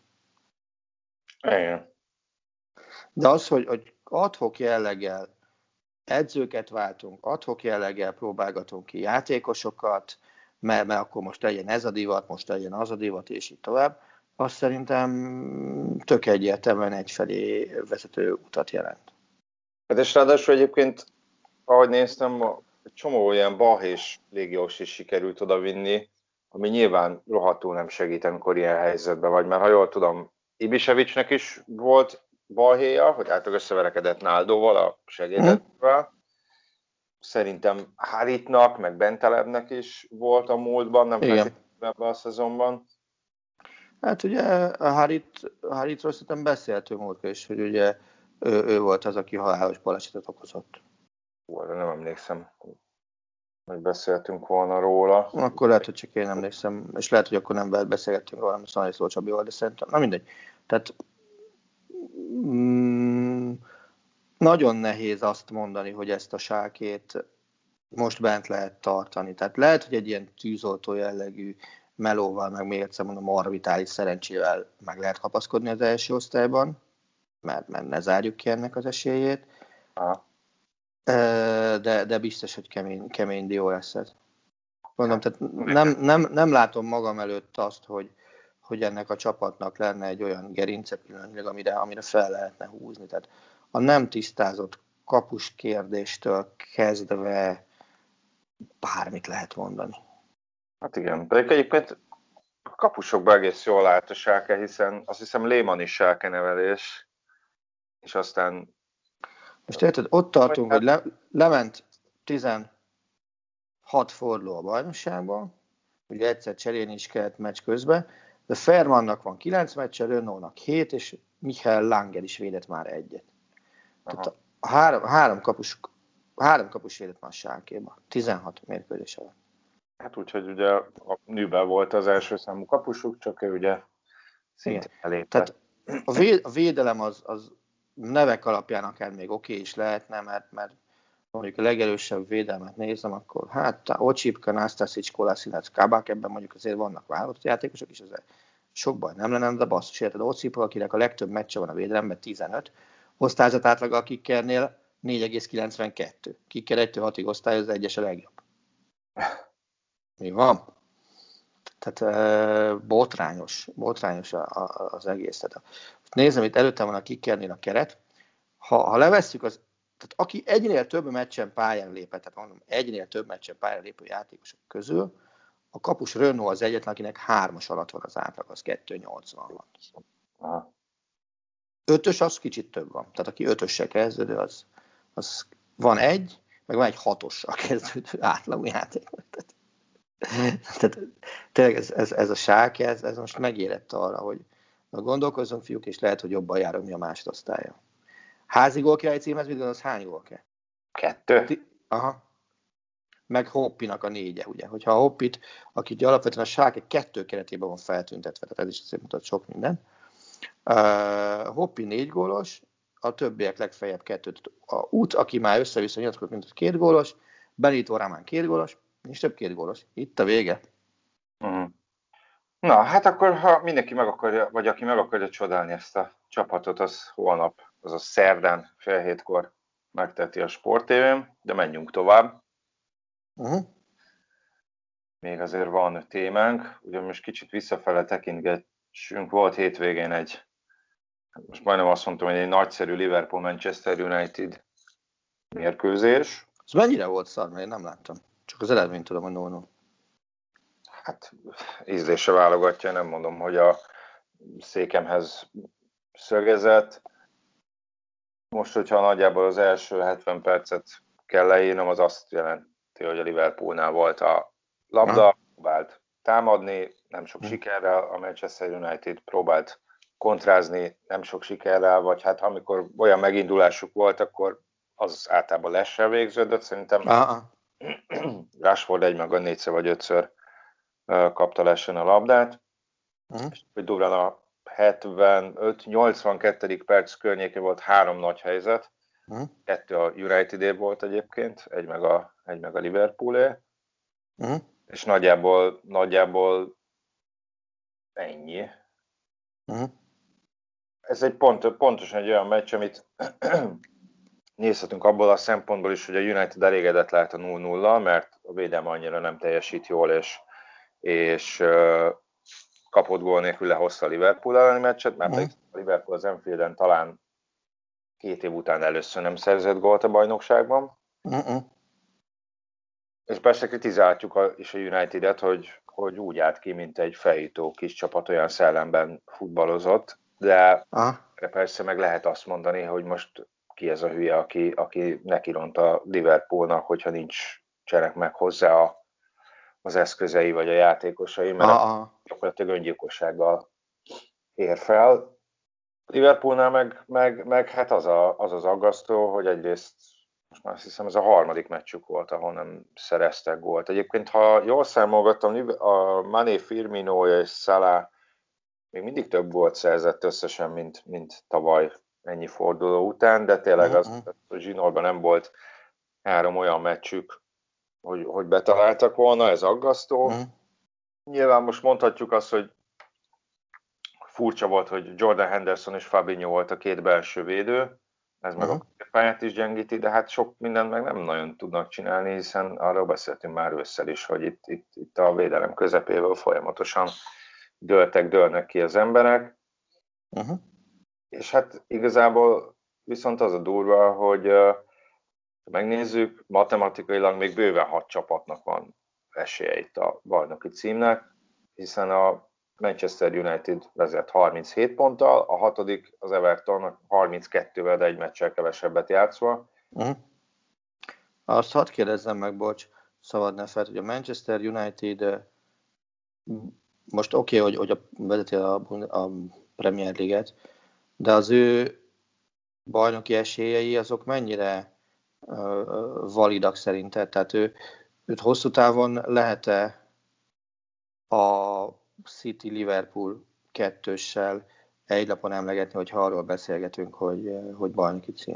Igen. De az, hogy, hogy ad-hoc jelleggel edzőket váltunk, ad-hoc jelleggel próbálgatunk ki játékosokat, mert, mert akkor most legyen ez a divat, most legyen az a divat, és így tovább, azt szerintem tök egyértelműen egyfelé vezető utat jelent. Hát és ráadásul egyébként, ahogy néztem, egy csomó olyan balhés légiós is sikerült odavinni, ami nyilván rohadtul nem segít, amikor ilyen helyzetben vagy, mert ha jól tudom, Ibiševićnek is volt balhéja, hogy általában összeverekedett Náldóval, a segédetővel. Hmm. Szerintem Haritnak, meg Bentalebnek is volt a múltban, nem feltétlenül ebben a szezonban. Hát ugye a Harit, Haritról szerintem beszéltünk múltkor is, hogy ugye ő, ő volt az, aki halálos balesetet okozott. Hú, nem emlékszem, hogy beszéltünk volna róla. Akkor lehet, hogy csak én emlékszem, és lehet, hogy akkor nem beszélgettünk róla, mert Szanyi Szó Csabival, de szerintem, na mindegy. Tehát mm, nagyon nehéz azt mondani, hogy ezt a Schalkét most bent lehet tartani. Tehát lehet, hogy egy ilyen tűzoltó jellegű melóval, meg még egyszer mondom, orbitális szerencsével meg lehet kapaszkodni az első osztályban, mert, mert ne zárjuk ki ennek az esélyét. Aha. De, de biztos, hogy kemény, kemény dió lesz ez. Mondom, tehát nem, nem, nem látom magam előtt azt, hogy, hogy ennek a csapatnak lenne egy olyan gerince pillanatnyilag, amire, amire fel lehetne húzni. Tehát a nem tisztázott kapus kérdéstől kezdve bármit lehet mondani. Hát igen, pedig egyébként a kapusokban egész jól állt a Schalke, hiszen azt hiszem Lehmann is Schalke nevelés, és aztán... Most érted, ott tartunk, hogy le, lement tizenhat forduló a bajnokságban, ugye egyszer cserélni is kellett meccs közben, de Fermannak van kilenc meccse, Renault-nak hét, és Michael Langer is védett már egyet. Aha. Tehát a három, három, kapus, három kapus védett már Schalkéba, tizenhat mérkőzés alatt. Hát úgyhogy ugye a Nübel volt az első számú kapusuk, csak ő ugye szintén elépett. Tehát a, véd, a védelem az, az nevek alapján akár még oké is lehetne, mert, mert mondjuk a legerősebb védelmet nézem, akkor hát Ocsipka, Nastasic, Kolasinac, Kabak, ebben mondjuk azért vannak válogatott játékosok is, azért sok baj nem lenne, de basszus, érted, Ocsipka, akinek a legtöbb meccse van a védelemben, tizenöt, osztályzat átlaga a kickernél négy egész kilencvenkettő. Kicker egytől hatig osztály, az egyes a legjobb. Mi van? Tehát e, botrányos, botrányos a, a, az egész. Tehát, nézem, itt előttem van a kickernél a keret. Ha, ha levesszük, az, tehát aki egynél több meccsen pályán lépett, tehát mondom, egynél több meccsen pályán lépő játékosok közül, a kapus Renault az egyetlen, akinek hármas alatt van az átlag, az kettő nyolcvan van. Ötös, az kicsit több van. Tehát aki ötössel kezdődő, az, az van egy, meg van egy hatossal kezdődő átlagú játékos. Tehát tényleg ez, ez, ez a Schalke, ez, ez most megérett arra, hogy na, gondolkozzunk, fiúk, és lehet, hogy jobban járunk, mi a másodosztálya. Házi gólkirály címhez mit gondolsz, hány gól kell? Kettő. Aha. Meg Hoppinak a négye, ugye. Hogyha a Hoppit, aki alapvetően a Schalke kettő keretében van feltüntetve, tehát ez is azért mutat sok minden. Uh, Hoppi négy gólos, a többiek legfeljebb kettőt. A út, aki már össze-vissza nyilatkozott, mint a két gólos, Benito Ramán két gólos, nincs több két gólos. Itt a vége. Uh-huh. Na, hát akkor, ha mindenki meg akarja, vagy aki meg akarja csodálni ezt a csapatot, az holnap, azaz szerdán fél hétkor megteti a Sport té vén, de menjünk tovább. Uh-huh. Még azért van témánk, ugye most kicsit visszafele tekintgessünk, volt hétvégén egy, most majdnem azt mondtam, hogy egy nagyszerű Liverpool-Manchester United mérkőzés. Ez mennyire volt szar, mert én nem láttam. Csak az eredményt tudom, hogy nulla nulla. Hát ízlése válogatja, nem mondom, hogy a székemhez szögezett. Most, hogyha nagyjából az első hetven percet kell leírnom, az azt jelenti, hogy a Liverpoolnál volt a labda, próbált támadni, nem sok sikerrel, a Manchester United próbált kontrázni, nem sok sikerrel, vagy hát amikor olyan megindulásuk volt, akkor az általában lessel végződött, szerintem Rashford egy meg a négyszer vagy ötször kapta lesen a labdát, uh-huh. és durván a hetvenöt nyolcvankettő perc környékén volt három nagy helyzet, uh-huh. kettő a Unitedé volt egyébként, egy meg a, egy meg a Liverpoolé, uh-huh. és nagyjából, nagyjából ennyi. Uh-huh. Ez egy pont, pontosan egy olyan meccs, amit nézhetünk abból a szempontból is, hogy a United elégedett lehet a nulla nulla, mert a védelme annyira nem teljesít jól, és, és uh, kapott gól nélkül lehozta a Liverpool elleni meccset, mert uh-huh. a Liverpool az Anfielden talán két év után először nem szerzett gólt a bajnokságban. Uh-uh. És persze kritizáltjuk a, is a United-et, hogy, hogy úgy állt ki, mint egy fejító kis csapat, olyan szellemben futballozott, de uh-huh. persze meg lehet azt mondani, hogy most ki ez a hülye, aki, aki nekiront a Liverpoolnak, hogyha nincs cserek meg hozzá a, az eszközei vagy a játékosai, mert uh-huh. gyakorlatilag öngyilkossággal ér fel. Liverpoolnál meg, meg, meg hát az, a, az az aggasztó, hogy egyrészt most már azt hiszem ez a harmadik meccsük volt, ahol nem szereztek gólt. Egyébként, ha jól számolgattam, a Mané, Firmino és Salah még mindig több gólt szerzett összesen, mint, mint tavaly ennyi forduló után, de tényleg az, a zsinórban nem volt három olyan meccsük, hogy, hogy betaláltak volna, ez aggasztó. Uh-huh. Nyilván most mondhatjuk azt, hogy furcsa volt, hogy Jordan Henderson és Fabinho volt a két belső védő, ez meg uh-huh. a pályát is gyengíti, de hát sok mindent meg nem nagyon tudnak csinálni, hiszen arról beszéltünk már ősszel is, hogy itt, itt, itt a védelem közepével folyamatosan dőltek, dőlnek ki az emberek. Uh-huh. És hát igazából viszont az a durva, hogy uh, megnézzük, matematikailag még bőven hat csapatnak van esélye itt a bajnoki címnek, hiszen a Manchester United vezet harminchét ponttal, a hatodik az Everton harminckettővel, de egy meccsel kevesebbet játszva. Uh-huh. Azt hadd kérdezzem meg, bocs, szabad ne fel, hogy a Manchester United most oké, okay, hogy, hogy a, vezeti a, a Premier League-et, de az ő bajnoki esélyei azok mennyire uh, validak szerinted? Tehát ő, őt hosszú távon lehet-e a City-Liverpool kettőssel egy lapon emlegetni, hogyha arról beszélgetünk, hogy, hogy bajnoki cím?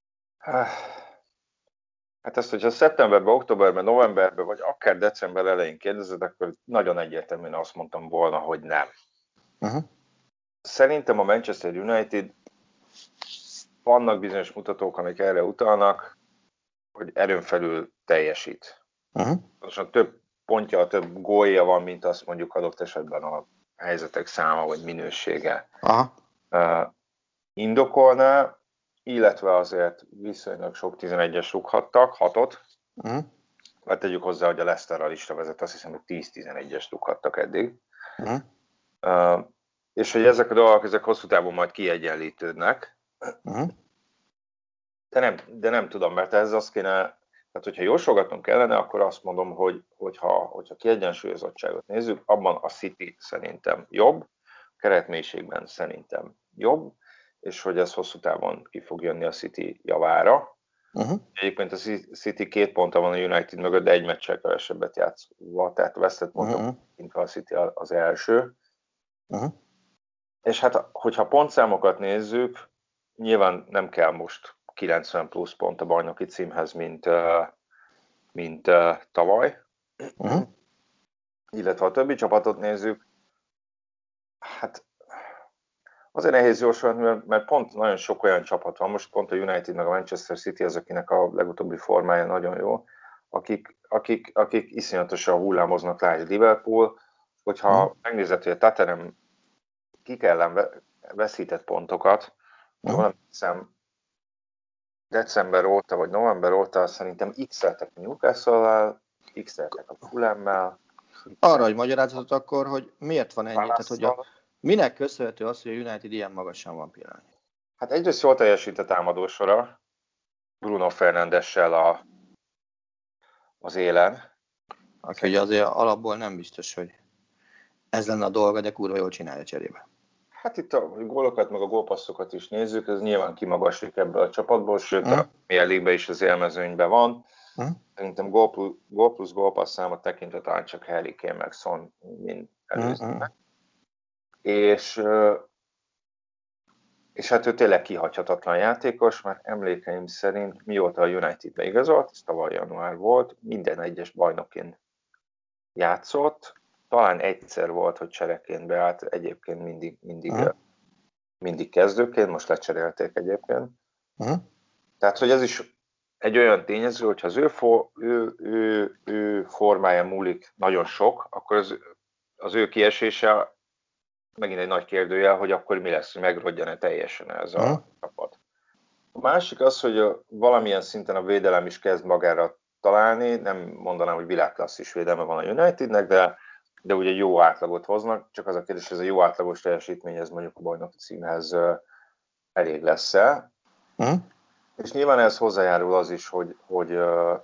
Hát ezt, hogyha szeptemberben, októberben, novemberben, vagy akár december elején kérdezed, akkor nagyon egyértelműen azt mondtam volna, hogy nem. Uh-huh. Szerintem a Manchester United, vannak bizonyos mutatók, amik erre utalnak, hogy erőn felül teljesít. Uh-huh. Pontosan több pontja, több gólja van, mint azt mondjuk adott esetben a helyzetek száma vagy minősége uh-huh. uh, indokolná, illetve azért viszonylag sok tizenegyes rúghattak, hatot. Uh-huh. Hát tegyük hozzá, hogy a Leicester a lista vezet, azt hiszem, hogy tíz-tizenegyes rúghattak eddig. Uh-huh. Uh, és hogy ezek a dolgok, ezek hosszú távon majd kiegyenlítődnek. Uh-huh. De, nem, de nem tudom, mert ez azt kéne, tehát hogyha jósolgatnunk kellene, akkor azt mondom, hogy hogyha, hogyha kiegyensúlyozottságot nézzük, abban a City szerintem jobb, keretmélységben szerintem jobb, és hogy ez hosszú távon ki fog jönni a City javára. Uh-huh. Egyébként a City két ponttal van a United mögött, de egy meccsel kevesebbet játszva, tehát vesztett pontok, uh-huh. mint a City az első. Uh-huh. És hát, hogyha pontszámokat nézzük, nyilván nem kell most kilencven plusz pont a bajnoki címhez, mint, mint tavaly. Uh-huh. Illetve ha a többi csapatot nézzük, hát azért nehéz jósolni, mert, mert pont nagyon sok olyan csapat van, most pont a United meg a Manchester City az, akinek a legutóbbi formája nagyon jó, akik, akik, akik iszonyatosan hullámoznak, lásd Liverpool, hogyha hmm. megnézed, hogy a Tottenham kik ellen veszített pontokat, hmm. jól emlékszem, december óta vagy november óta szerintem x-eltek a Newcastle-vel, x-eltek a Fulhammel. Arra, hogy magyarázatot akkor, hogy miért van ennyi, tehát hogy a, minek köszönhető az, hogy a United ilyen magasan van pillanatnyilag? Hát egyrészt jól teljesít a támadósora, Bruno Fernandessel a, az élen. Aki ugye azért alapból nem biztos, hogy ez lenne a dolga, de kurva jól csinálja cserébe. Hát itt a gólokat, meg a gólpasszokat is nézzük, ez nyilván kimagaslik ebből a csapatból, sőt hmm. a Premier League-ben is az élmezőnyben van. Hmm. Szerintem gól plusz, gól plusz gólpassz számot tekintve talán csak Harry Kane meg Son mind előznek. Hmm. És, és hát ő tényleg kihagyhatatlan játékos, mert emlékeim szerint mióta a Unitedbe igazolt, ez tavaly január volt, minden egyes bajnokin játszott, talán egyszer volt, hogy csereként beállt, egyébként mindig, mindig, uh-huh. mindig kezdőként, most lecserélték egyébként. Uh-huh. Tehát, hogy ez is egy olyan tényező, hogyha az ő, for, ő, ő, ő formája múlik nagyon sok, akkor az, az ő kiesése megint egy nagy kérdőjel, hogy akkor mi lesz, hogy megrodjan-e teljesen ez a uh-huh. csapat. A másik az, hogy valamilyen szinten a védelem is kezd magára találni, nem mondanám, hogy világklasszis védelme van a Unitednek, de de ugye jó átlagot hoznak, csak az a kérdés, hogy ez a jó átlagos teljesítmény, ez mondjuk a bajnoki címhez elég lesz-e. Mm. És nyilván ez hozzájárul az is, hogy, hogy,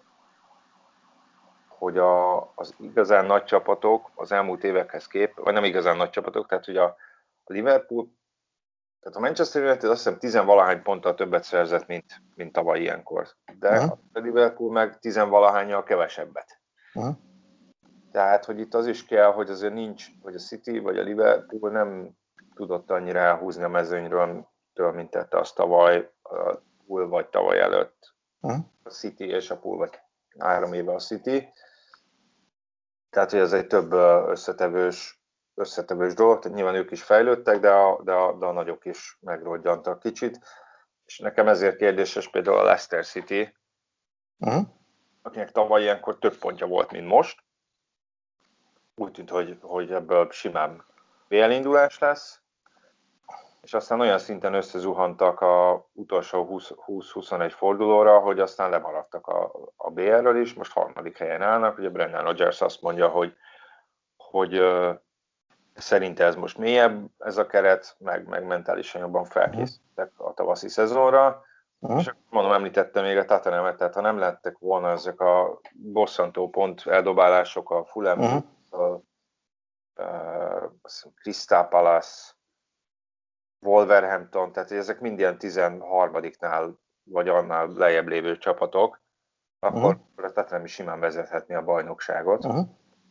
hogy a, az igazán nagy csapatok az elmúlt évekhez kép, vagy nem igazán nagy csapatok, tehát hogy a, a Liverpool, tehát a Manchester United azt hiszem tizenvalahány ponttal többet szerzett, mint, mint tavaly ilyenkor. De mm. a Liverpool meg tizenvalahányjal kevesebbet. Mm. Tehát, hogy itt az is kell, hogy azért nincs, hogy a City vagy a Liverpool nem tudott annyira elhúzni a mezőnyről, mint tette azt tavaly, a Pool vagy tavaly előtt a City, és a Pool vagy három éve a City. Tehát, hogy ez egy több összetevős, összetevős dolog, tehát nyilván ők is fejlődtek, de a, de a, de a nagyok is megrodjantak kicsit. És nekem ezért kérdéses például a Leicester City, uh-huh. akinek tavaly ilyenkor több pontja volt, mint most. Úgy tűnt, hogy, hogy ebből simán bé el indulás lesz, és aztán olyan szinten összezuhantak a utolsó húsz-huszonegy fordulóra, hogy aztán lemaradtak a, a bé el-ről is, most harmadik helyen állnak. Ugye Brendan Rodgers azt mondja, hogy, hogy uh, szerinte ez most mélyebb ez a keret, meg, meg mentálisan jobban felkészültek a tavaszi szezonra. Uh-huh. És mondom, említettem még a Tottenhamet, tehát ha nem lettek volna ezek a bosszantó pont eldobálások a Fulham, uh-huh. a uh, Crystal Palace, Wolverhampton, tehát ezek mind ilyen tizenharmadiknál vagy annál lejjebb lévő csapatok, akkor uh-huh. a Tottenham is simán vezethetni a bajnokságot. Uh-huh.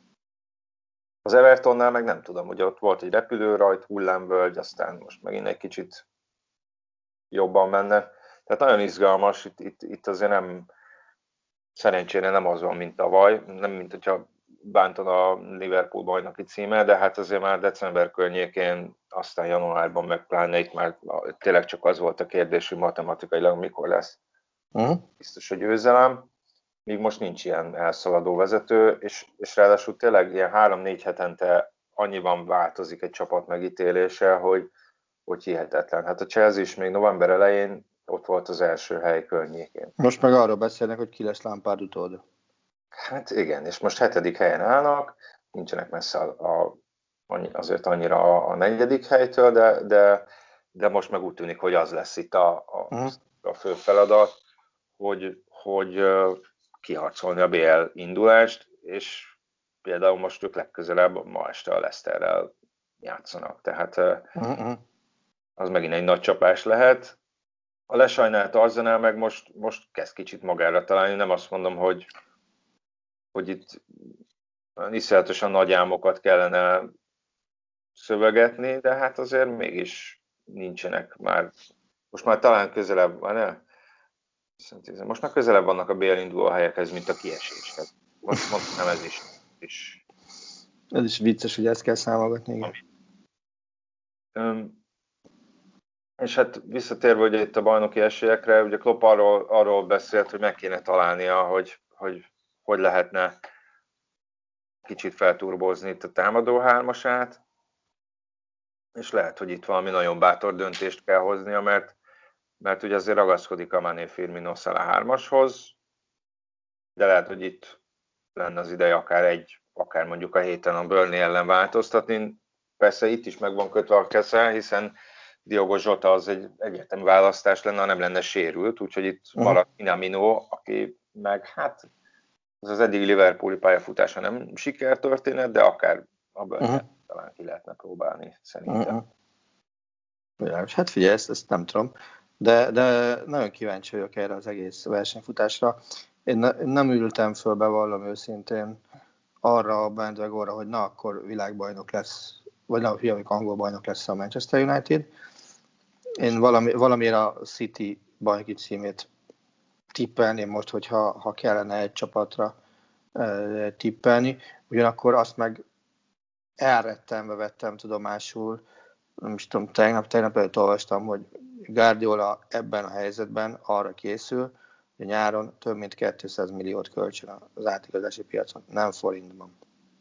Az Evertonnál meg nem tudom, hogy ott volt egy repülőrajt, hullámvölgy, aztán most megint egy kicsit jobban menne. Tehát nagyon izgalmas, itt, itt, itt azért nem, szerencsére nem az van, mint tavaly, nem mint hogyha bánton a Liverpool bajnoki címe, de hát azért már december környékén, aztán januárban meg pláne itt már tényleg csak az volt a kérdés, hogy matematikailag mikor lesz uh-huh. biztos a győzelem, míg most nincs ilyen elszaladó vezető, és, és ráadásul tényleg ilyen három-négy hetente annyiban változik egy csapat megítélése, hogy, hogy hihetetlen. Hát a Chelsea is még november elején ott volt az első hely környékén. Most meg arról beszélnek, hogy ki lesz Lampard utód. Hát igen, és most hetedik helyen állnak, nincsenek messze a, a, azért annyira a, a negyedik helytől, de, de, de most meg úgy tűnik, hogy az lesz itt a, a, a fő feladat, hogy, hogy kiharcolni a bé el indulást, és például most ők legközelebb ma este a Leicesterrel játszanak, tehát uh-huh. az megint egy nagy csapás lehet. A lesajnált Arsenal meg most, most kezd kicsit magára találni, nem azt mondom, hogy hogy itt iszonyatosan nagy álmokat kellene szövegetni, de hát azért mégis nincsenek már most már talán közelebb van, ne? Most már közelebb vannak a bé el induló helyekhez, mint a kieséshez. Most mondtam, ez is, is. Ez is vicces, hogy ezt kell számolgatni, igen. Um, és hát visszatérve ugye itt a bajnoki esélyekre, ugye Klopp arról, arról beszélt, hogy meg kéne találnia, hogy hogy, hogy lehetne kicsit felturbozni itt a támadó hármasát, és lehet, hogy itt valami nagyon bátor döntést kell hoznia, mert, mert ugye azért ragaszkodik a Mané, Firmino, Salah hármashoz, de lehet, hogy itt lenne az ideje akár egy, akár mondjuk a héten a Burnley ellen változtatni. Persze itt is meg van kötve a kesze, hiszen Diogo Jota az egy egyértelmű választás lenne, ha nem lenne sérült, úgyhogy itt uh-huh. marad Minamino, aki meg hát az az eddigi Liverpooli pályafutása nem sikertörténet, de akár a Burnley uh-huh. talán ki lehetne próbálni, szerintem. Uh-huh. Hát figyelj, ezt, ezt nem tudom, de, de nagyon kíváncsi vagyok erre az egész versenyfutásra. Én, ne, én nem ültem föl, bevallom őszintén, arra a bandwagonra, hogy na, akkor világbajnok lesz, vagy na, fiamik angol bajnok lesz a Manchester United. Én valami, valamiért a City bajnoki címét tippelném most, hogyha ha kellene egy csapatra e, tippelni. Ugyanakkor azt meg elrettenve vettem tudomásul, nem is tudom, tegnap, tegnap előtt olvastam, hogy Guardiola ebben a helyzetben arra készül, hogy nyáron több mint kétszáz milliót költsön az átigazási piacon, nem forintban.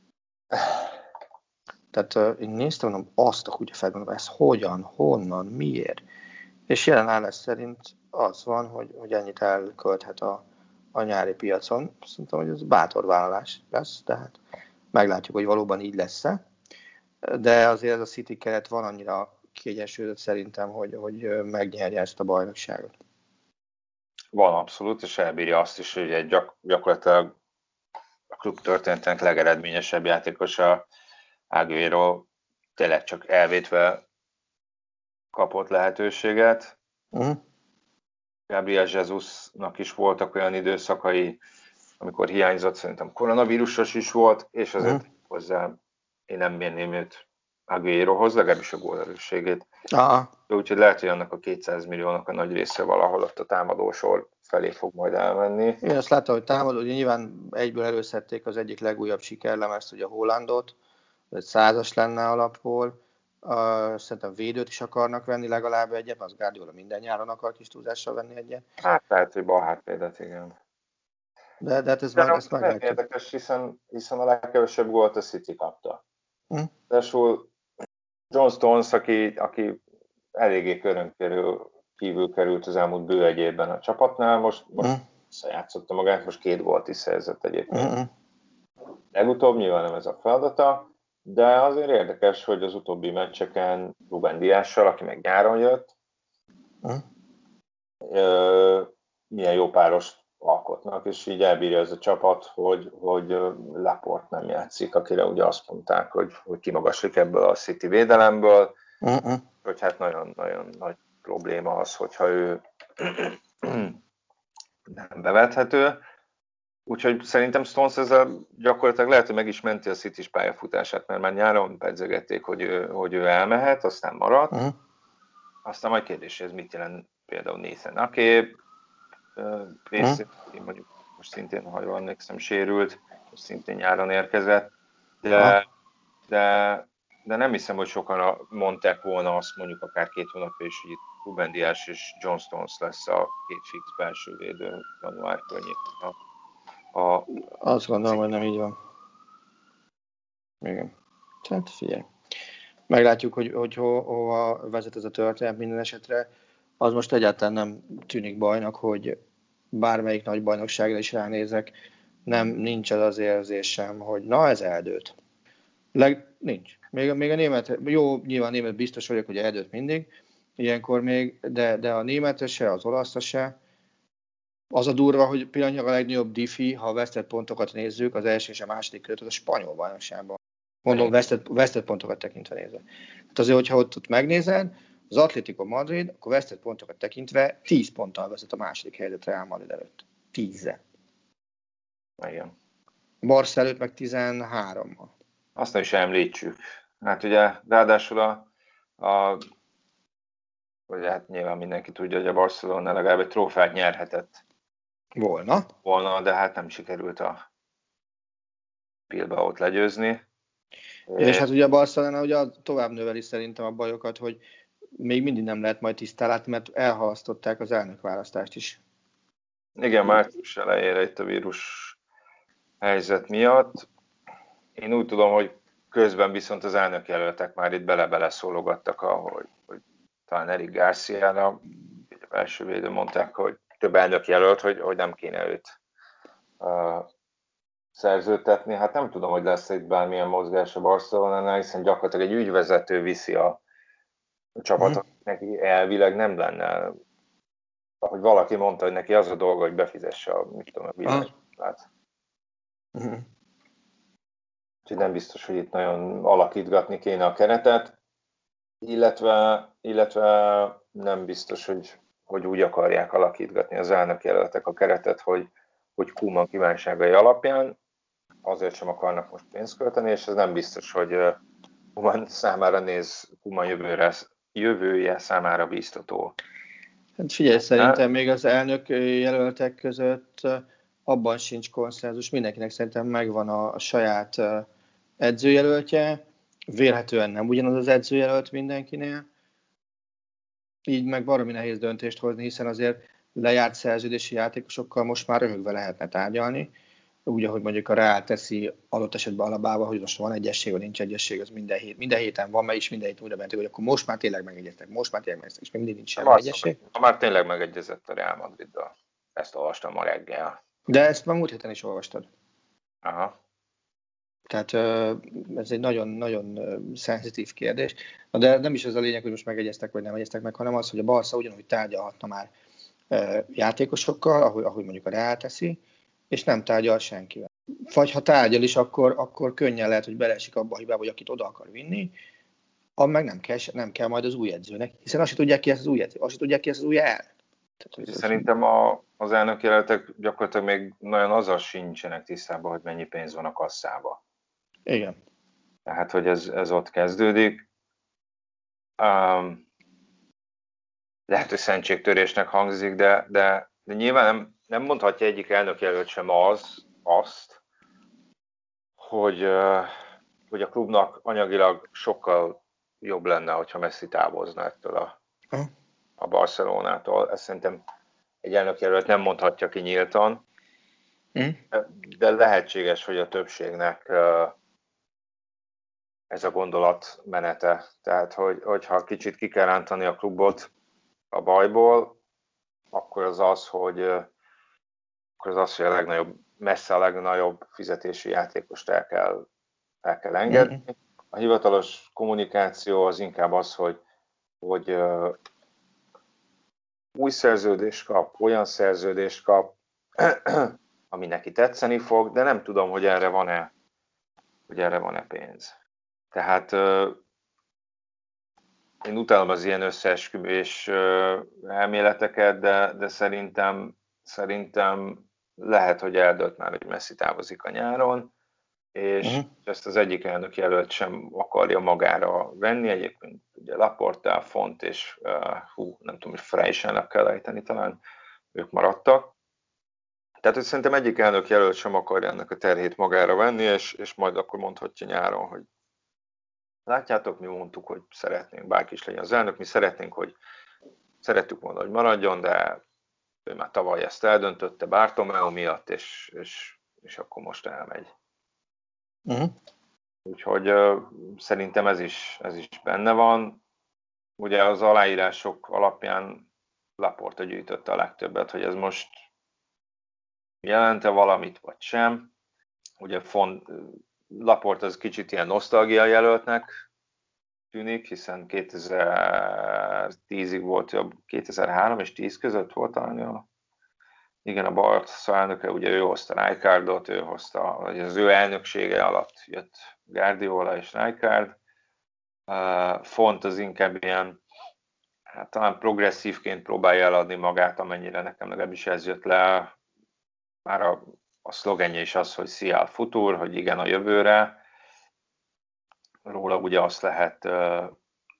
Tehát uh, én néztem, mondom, azt a kutyafát, mondom, ez hogyan, honnan, miért? És jelen állás szerint az van, hogy, hogy ennyit elkölthet a, a nyári piacon. Szerintem, hogy ez bátor vállalás lesz, tehát meglátjuk, hogy valóban így lesz-e. De azért ez a City keret van annyira kiegyensúlyozott szerintem, hogy, hogy megnyerje ezt a bajnokságot. Van abszolút, és elbírja azt is, hogy egy gyak, gyakorlatilag a klub történetének legeredményesebb játékosa Aguero tényleg csak elvétve kapott lehetőséget. Uh-huh. Gabriel Jesusnak is voltak olyan időszakai, amikor hiányzott, szerintem koronavírusos is volt, és azért uh-huh. hozzá én nem mérném őt Aguerohoz, legalábbis a gólerősségét. Uh-huh. Úgyhogy lehet, hogy annak a kétszáz milliónak a nagy része valahol ott a támadósor felé fog majd elmenni. Én azt láttam, hogy támadó, hogy nyilván egyből előszedték az egyik legújabb sikerlemezt, ugye a Haalandot, egy százas lenne alapból. Uh, szerintem védőt is akarnak venni legalább egyet, az Guardiola minden nyáron akar kis túlzással venni egyet. Hát lehet, hogy balhátvédet, igen. De, de hát ez de már ezt meglátjuk. Érdekes, hiszen, hiszen a legkevesebb gólt a City kapta. Hm? Ráadásul John Stones, aki, aki eléggé körön kívül került az elmúlt bő egy évben a csapatnál, most, most hm? visszajátszotta magát, most két gólt is szerzett egyébként. Hm. Legutóbb nyilván nem ez a feladata, de azért érdekes, hogy az utóbbi meccseken Ruben Diassal, aki meg nyáron jött, hm? ö, milyen jó párost alkotnak, és így elbírja ez a csapat, hogy, hogy Laporte nem játszik, akire ugye azt mondták, hogy, hogy kimagaslik ebből a City védelemből, uh-uh. hogy hát nagyon-nagyon nagy probléma az, hogyha ő nem bevethető. Úgyhogy szerintem Stones ezzel gyakorlatilag lehet, hogy meg is menti a City-s pályafutását, mert már nyáron pedzegették, hogy ő, hogy ő elmehet, aztán maradt. Uh-huh. Aztán majd kérdés, ez mit jelent például Nathan Ake, részét, uh-huh. mondjuk most szintén, ha jól emlékszem, sérült, most szintén nyáron érkezett, de, uh-huh. de, de nem hiszem, hogy sokan mondták volna azt mondjuk akár két hónapja is, hogy itt Ruben Dias és John Stones lesz a két fix belső védő január környékén. A, a, Azt gondolom, hogy nem így van. Igen. Tehát figyelj. Meglátjuk, hogy, hogy ho, hova vezet ez a történet minden esetre. Az most egyáltalán nem tűnik bajnak, hogy bármelyik nagy bajnokságra is ránézek, nem, nincs az az érzésem, hogy na, ez eldőlt. Leg, nincs. Még, még a német, jó, nyilván a német biztos vagyok, hogy eldőlt mindig, ilyenkor még, de, de a német se, az olasz se. Az a durva, hogy pillanatnyilag a legnagyobb diffi, ha a vesztett pontokat nézzük, az első és a második között, az a spanyol bajnokságban. Mondom, vesztett, vesztett pontokat tekintve nézve. Hát azért, hogyha ott, ott megnézed, az Atlético Madrid, akkor vesztett pontokat tekintve tíz ponttal vezet a második helyzet Real Madrid előtt. tízzel. Igen. Barca előtt meg tizenhárommal. Azt nem is említsük. Hát ugye, ráadásul a, a hogy hát nyilván mindenki tudja, hogy a Barcelona legalább egy trófeát nyerhetett volna, volna, de hát nem sikerült a Bilbaót legyőzni. És hát ugye a Barcelona ugye tovább növeli szerintem a bajokat, hogy még mindig nem lehet majd tisztán látni, mert elhalasztották az elnökválasztást is. Igen, március elejére itt a vírus helyzet miatt. Én úgy tudom, hogy közben viszont az elnökjelöltek már itt bele-bele szólogattak, hogy, hogy talán Eric Garciára, a első védő mondták, hogy több elnökjelölt, hogy, hogy nem kéne őt uh, szerződtetni. Hát nem tudom, hogy lesz itt bármilyen mozgás a Barcelonánál, hiszen gyakorlatilag egy ügyvezető viszi a csapatot, mm. neki elvileg nem lenne, ahogy valaki mondta, hogy neki az a dolga, hogy befizesse a, mit tudom, a villanyszámlát. Mm. Úgyhogy nem biztos, hogy itt nagyon alakítgatni kéne a keretet, illetve, illetve nem biztos, hogy, hogy úgy akarják alakítgatni az elnökjelöltek a keretet, hogy, hogy Koeman kívánságai alapján, azért sem akarnak most pénzt költeni, és ez nem biztos, hogy Koeman számára néz, Koeman jövőre, jövője számára biztató. Hát figyelj, szerintem még az elnök jelöltek között abban sincs konszenzus, mindenkinek szerintem megvan a, a saját edzőjelöltje, vélhetően nem ugyanaz az edzőjelölt mindenkinél, így meg baromi nehéz döntést hozni, hiszen azért lejárt szerződési játékosokkal most már röhögve lehetne tárgyalni, úgy, ahogy mondjuk a Real teszi adott esetben Alabával, hogy most van egyesség, vagy nincs egyesség, az minden, hét, minden héten van, mert is minden héten újra bentik, hogy akkor most már tényleg megegyeztek, most már tényleg megegyeztek, és még mindig nincs semmi egyesség. Már tényleg megegyezett a Real Madriddal. Ezt olvastam ma reggel. De ezt már múlt héten is olvastad. Aha. Tehát ez egy nagyon-nagyon szenzitív kérdés. De nem is ez a lényeg, hogy most megegyeztek, vagy nem egyeztek meg, hanem az, hogy a Barca ugyanúgy tárgyalhatna már játékosokkal, ahogy, ahogy mondjuk a Real teszi, és nem tárgyal senkivel. Vagy ha tárgyal is, akkor, akkor könnyen lehet, hogy beleesik abba a hibába, hogy akit oda akar vinni, meg nem kell, nem kell majd az új edzőnek, hiszen azt se tudják ki, ez az új edző, azt se tudják ki, ez az új el. Tehát, Szerintem a, az elnökjelöltek gyakorlatilag még nagyon azzal sincsenek tisztában, hogy mennyi pénz van a kasszába. Igen. Tehát, hogy ez, ez ott kezdődik. Um, lehet, hogy szentségtörésnek hangzik, de, de, de nyilván nem, nem mondhatja egyik elnökjelölt sem az, azt, hogy, uh, hogy a klubnak anyagilag sokkal jobb lenne, hogyha Messi távozna ettől a, a Barcelonától. Ezt szerintem egy elnökjelölt nem mondhatja ki nyíltan, mm. de lehetséges, hogy a többségnek uh, ez a gondolat menete. Tehát, hogy, hogyha kicsit ki kell rántani a klubot a bajból, akkor az az, hogy, akkor az, az, hogy a legnagyobb, messze a legnagyobb fizetési játékost el kell, el kell engedni. A hivatalos kommunikáció az inkább az, hogy, hogy uh, új szerződést kap, olyan szerződést kap, ami neki tetszeni fog, de nem tudom, hogy erre van-e, hogy erre van-e pénz. Tehát uh, én utálom az ilyen összeesküvés uh, elméleteket, de, de szerintem, szerintem lehet, hogy eldölt már, hogy Messi távozik a nyáron, és uh-huh. ezt az egyik elnök jelölt sem akarja magára venni. Egyébként ugye Laporta, Font és uh, hú, nem tudom, hogy Freisennek kell ejteni, talán ők maradtak. Tehát, hogy szerintem egyik elnök jelölt sem akarja ennek a terhét magára venni, és, és majd akkor mondhatja nyáron, hogy látjátok, mi mondtuk, hogy szeretnénk, bárki is legyen az elnök, mi szeretnénk, hogy szerettük volna, hogy maradjon, de ő már tavaly ezt eldöntötte Bartomeu miatt, és, és, és akkor most elmegy. Uh-huh. Úgyhogy uh, szerintem ez is, ez is benne van. Ugye az aláírások alapján Laporta gyűjtötte a legtöbbet, hogy ez most jelente valamit, vagy sem. Ugye Font, Laporta az kicsit ilyen nosztalgia jelöltnek tűnik, hiszen kétezer-tízig volt, kétezer-három és tíz között volt talán a igen, a Barca elnöke, ugye ő hozta Rijkaardot, ő hozta, vagy az ő elnöksége alatt jött Guardiola és Rijkaard. Uh, Font az inkább ilyen, hát talán progresszívként próbálja eladni magát, amennyire nekem legalábbis ez jött le. Már a, a szlogenje is az, hogy Szia al futur, hogy igen a jövőre. Róla ugye azt lehet uh,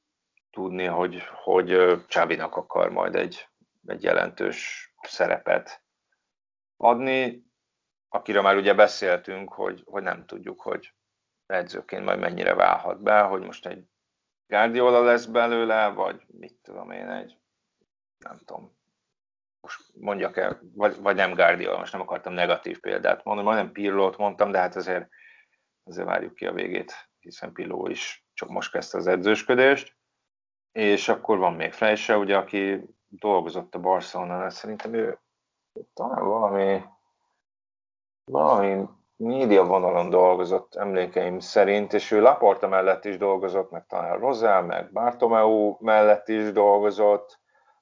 tudni, hogy, hogy Xavinak akar majd egy, egy jelentős szerepet adni, akire már ugye beszéltünk, hogy, hogy nem tudjuk, hogy edzőként majd mennyire válhat be, hogy most egy Guardiola lesz belőle, vagy mit tudom én, egy, nem tudom, most mondjak el, vagy, vagy nem Guardiola, most nem akartam negatív példát mondani, majdnem Pirlót mondtam, de hát azért, azért várjuk ki a végét, hiszen Pirló is csak most kezdte az edzősködést, és akkor van még Freyse, ugye, aki dolgozott a Barcelonánál, szerintem ő talán valami, valami média vonalon dolgozott emlékeim szerint, és ő Laporta mellett is dolgozott, meg talán Rosell, meg Bartomeu mellett is dolgozott,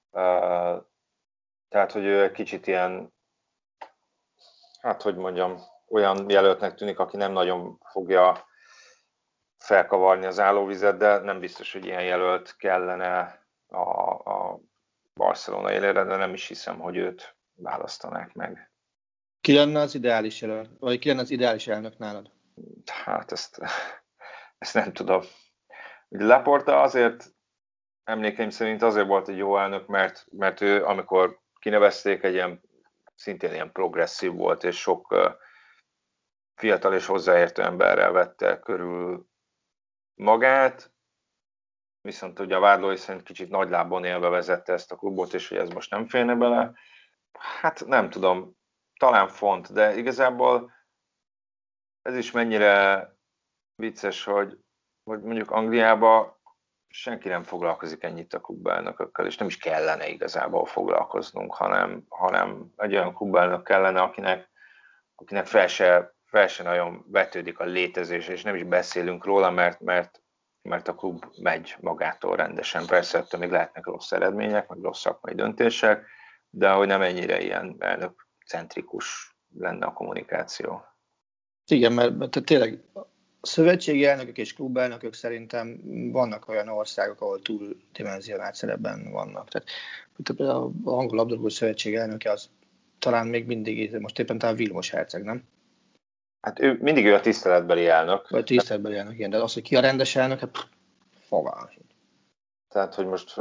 tehát, hogy ő egy kicsit ilyen, hát hogy mondjam, olyan jelöltnek tűnik, aki nem nagyon fogja felkavarni az állóvizet, de nem biztos, hogy ilyen jelölt kellene a, a Barcelona élére, de nem is hiszem, hogy őt választanák meg. Ki lenne az ideális jelölt? Vagy ki lenne az ideális elnök nálad? Hát ezt, ezt nem tudom. Laporta azért, emlékeim szerint azért volt egy jó elnök, mert, mert ő, amikor kinevezték, egy ilyen, szintén ilyen progresszív volt, és sok uh, fiatal és hozzáértő emberrel vette körül magát, viszont ugye a vádlói szerint kicsit nagy lábon élve vezette ezt a klubot, és hogy ez most nem félne bele. Hát nem tudom, talán Font, de igazából ez is mennyire vicces, hogy, hogy mondjuk Angliában senki nem foglalkozik ennyit a klubelnökökkel, és nem is kellene igazából foglalkoznunk, hanem, hanem egy olyan klubelnök kellene, akinek, akinek fel, se, fel se nagyon vetődik a létezés, és nem is beszélünk róla, mert, mert, mert a klub megy magától rendesen. Persze, ettől még lehetnek rossz eredmények, meg rossz szakmai döntések, de hogy nem ennyire ilyen elnök-centrikus lenne a kommunikáció. Igen, mert, mert tényleg szövetségi elnökök és klubelnökök szerintem vannak olyan országok, ahol túldimenzionált szerepben vannak. Tehát például a angol labdarúgó szövetség elnöke az talán még mindig, most éppen talán Vilmos herceg, nem? Hát ő mindig ő a tiszteletbeli elnök. Vagy tiszteletbeli elnök, igen, de az, hogy ki a rendes elnök, hát fogalmas. Tehát, hogy most,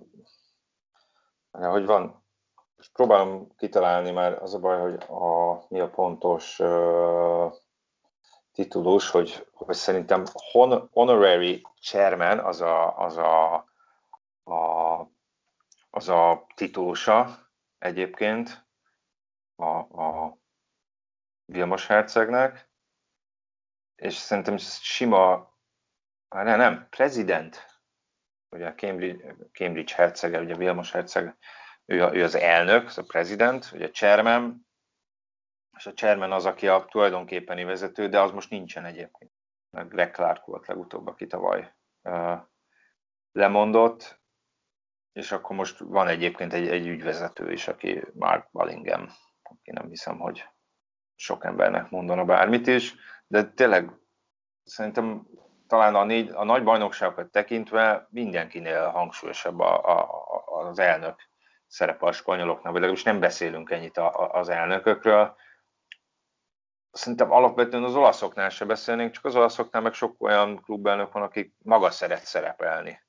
hogy van, most próbálom kitalálni, már az a baj, hogy a, mi a pontos uh, titulus, hogy, hogy szerintem hon, honorary chairman az a, az a, a, az a titulusa egyébként a, a Vilmos hercegnek, és szerintem sima, nem, nem, president, ugye a Cambridge, Cambridge hercege, ugye Vilmos herceg, ő, a, ő az elnök, az a president, ugye a chairman, és a chairman az, aki a tulajdonképpeni vezető, de az most nincsen egyébként. Greg Clark volt legutóbb, aki tavaly uh, lemondott, és akkor most van egyébként egy, egy ügyvezető is, aki Mark Ballingham, aki nem hiszem, hogy sok embernek mondana bármit is, de tényleg szerintem talán a, négy, a nagy bajnokságokat tekintve mindenkinél hangsúlyosabb a, a, az elnök szerepe a spanyoloknál, vagy legalábbis nem beszélünk ennyit a, a, az elnökökről. Szerintem alapvetően az olaszoknál se beszélnénk, csak az olaszoknál meg sok olyan klubelnök van, akik maga szeret szerepelni.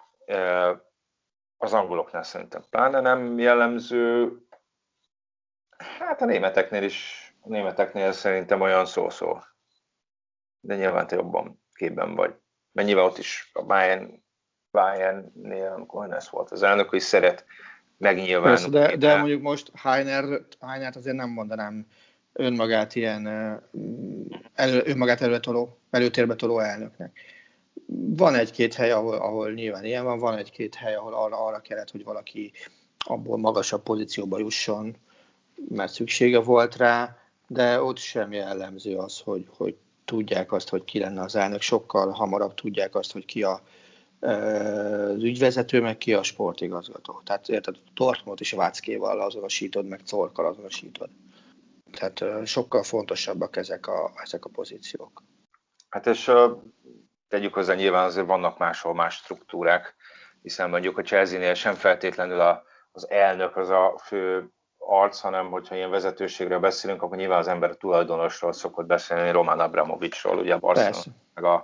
Az angoloknál szerintem pláne nem jellemző. Hát a németeknél is, a németeknél szerintem olyan szó-szó. De nyilván te jobban képben vagy. Mert nyilván ott is a Bayern, Bayernnél, amikor ez volt az elnök, hogy szeret megnyilvánulni. De, de mondjuk most Heiner, Heinert azért nem mondanám önmagát ilyen elő, önmagát előtoló, előtérbe toló elnöknek. Van egy-két hely, ahol, ahol nyilván ilyen van, van egy-két hely, ahol arra, arra kellett, hogy valaki abból magasabb pozícióba jusson, mert szüksége volt rá, de ott sem jellemző az, hogy, hogy tudják azt, hogy ki lenne az elnök, sokkal hamarabb tudják azt, hogy ki a, az ügyvezető, meg ki a sportigazgató. Tehát érted, Dortmund is Váckéval azonosítod, meg Zorkkal azonosítod. Tehát sokkal fontosabbak ezek a, ezek a pozíciók. Hát és uh, tegyük hozzá, nyilván azért vannak máshol más struktúrák, hiszen mondjuk a Chelsea-nél sem feltétlenül a, az elnök az a fő arc, hanem hogyha ilyen vezetőségről beszélünk, akkor nyilván az ember a tulajdonosról szokott beszélni, Roman Abramovicsról, ugye a Barcelona, meg a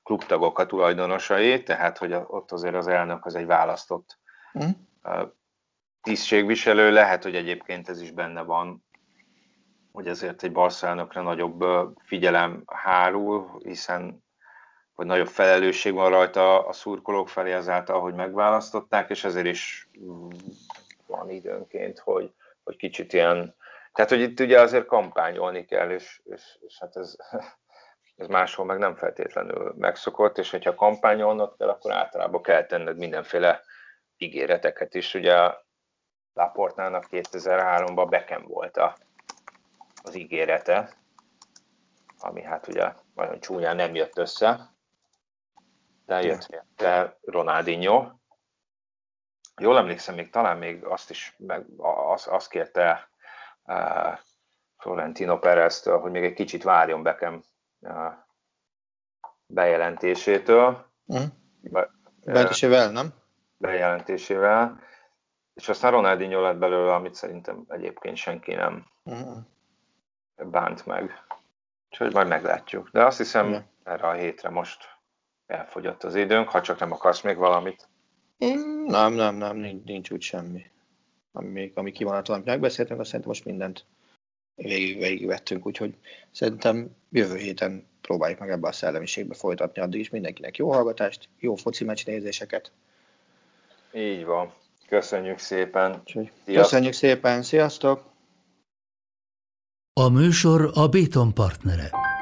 klubtagok a tulajdonosai, tehát hogy ott azért az elnök az egy választott mm. tisztségviselő. Lehet, hogy egyébként ez is benne van, hogy azért egy Barca elnökre nagyobb figyelem hárul, hiszen vagy nagyobb felelősség van rajta a szurkolók felé azáltal, hogy megválasztották, és ezért is van időnként, hogy, hogy kicsit ilyen... Tehát, hogy itt ugye azért kampányolni kell, és, és, és hát ez, ez máshol meg nem feltétlenül megszokott, és hogyha kampányolnod kell, akkor általában kell tenned mindenféle ígéreteket is. Ugye Laportának kétezer-háromban Beckham volt a, az ígérete, ami hát ugye nagyon csúnyán nem jött össze, de jött de Ronaldinho. Jól emlékszem, még talán még azt is, meg azt, azt kérte uh, Florentino Perez-től, hogy még egy kicsit várjon Beckham uh, bejelentésétől. Mm. Be, bejelentésével, nem? Bejelentésével. És aztán Ronaldinho lett belőle, amit szerintem egyébként senki nem mm. bánt meg. Úgyhogy majd meglátjuk. De azt hiszem, mm. erre a hétre most elfogyott az időnk, ha csak nem akarsz még valamit. Mm, nem, nem, nem, nincs, nincs úgy semmi. Ami, ami kivonatlan, amit megbeszéltünk, azt szerintem most mindent végig, végigvettünk, úgyhogy szerintem jövő héten próbáljuk meg ebbe a szellemiségbe folytatni, addig is mindenkinek jó hallgatást, jó foci meccs nézéseket. Így van. Köszönjük szépen. Köszönjük szépen, sziasztok! A műsor a Béton partnere.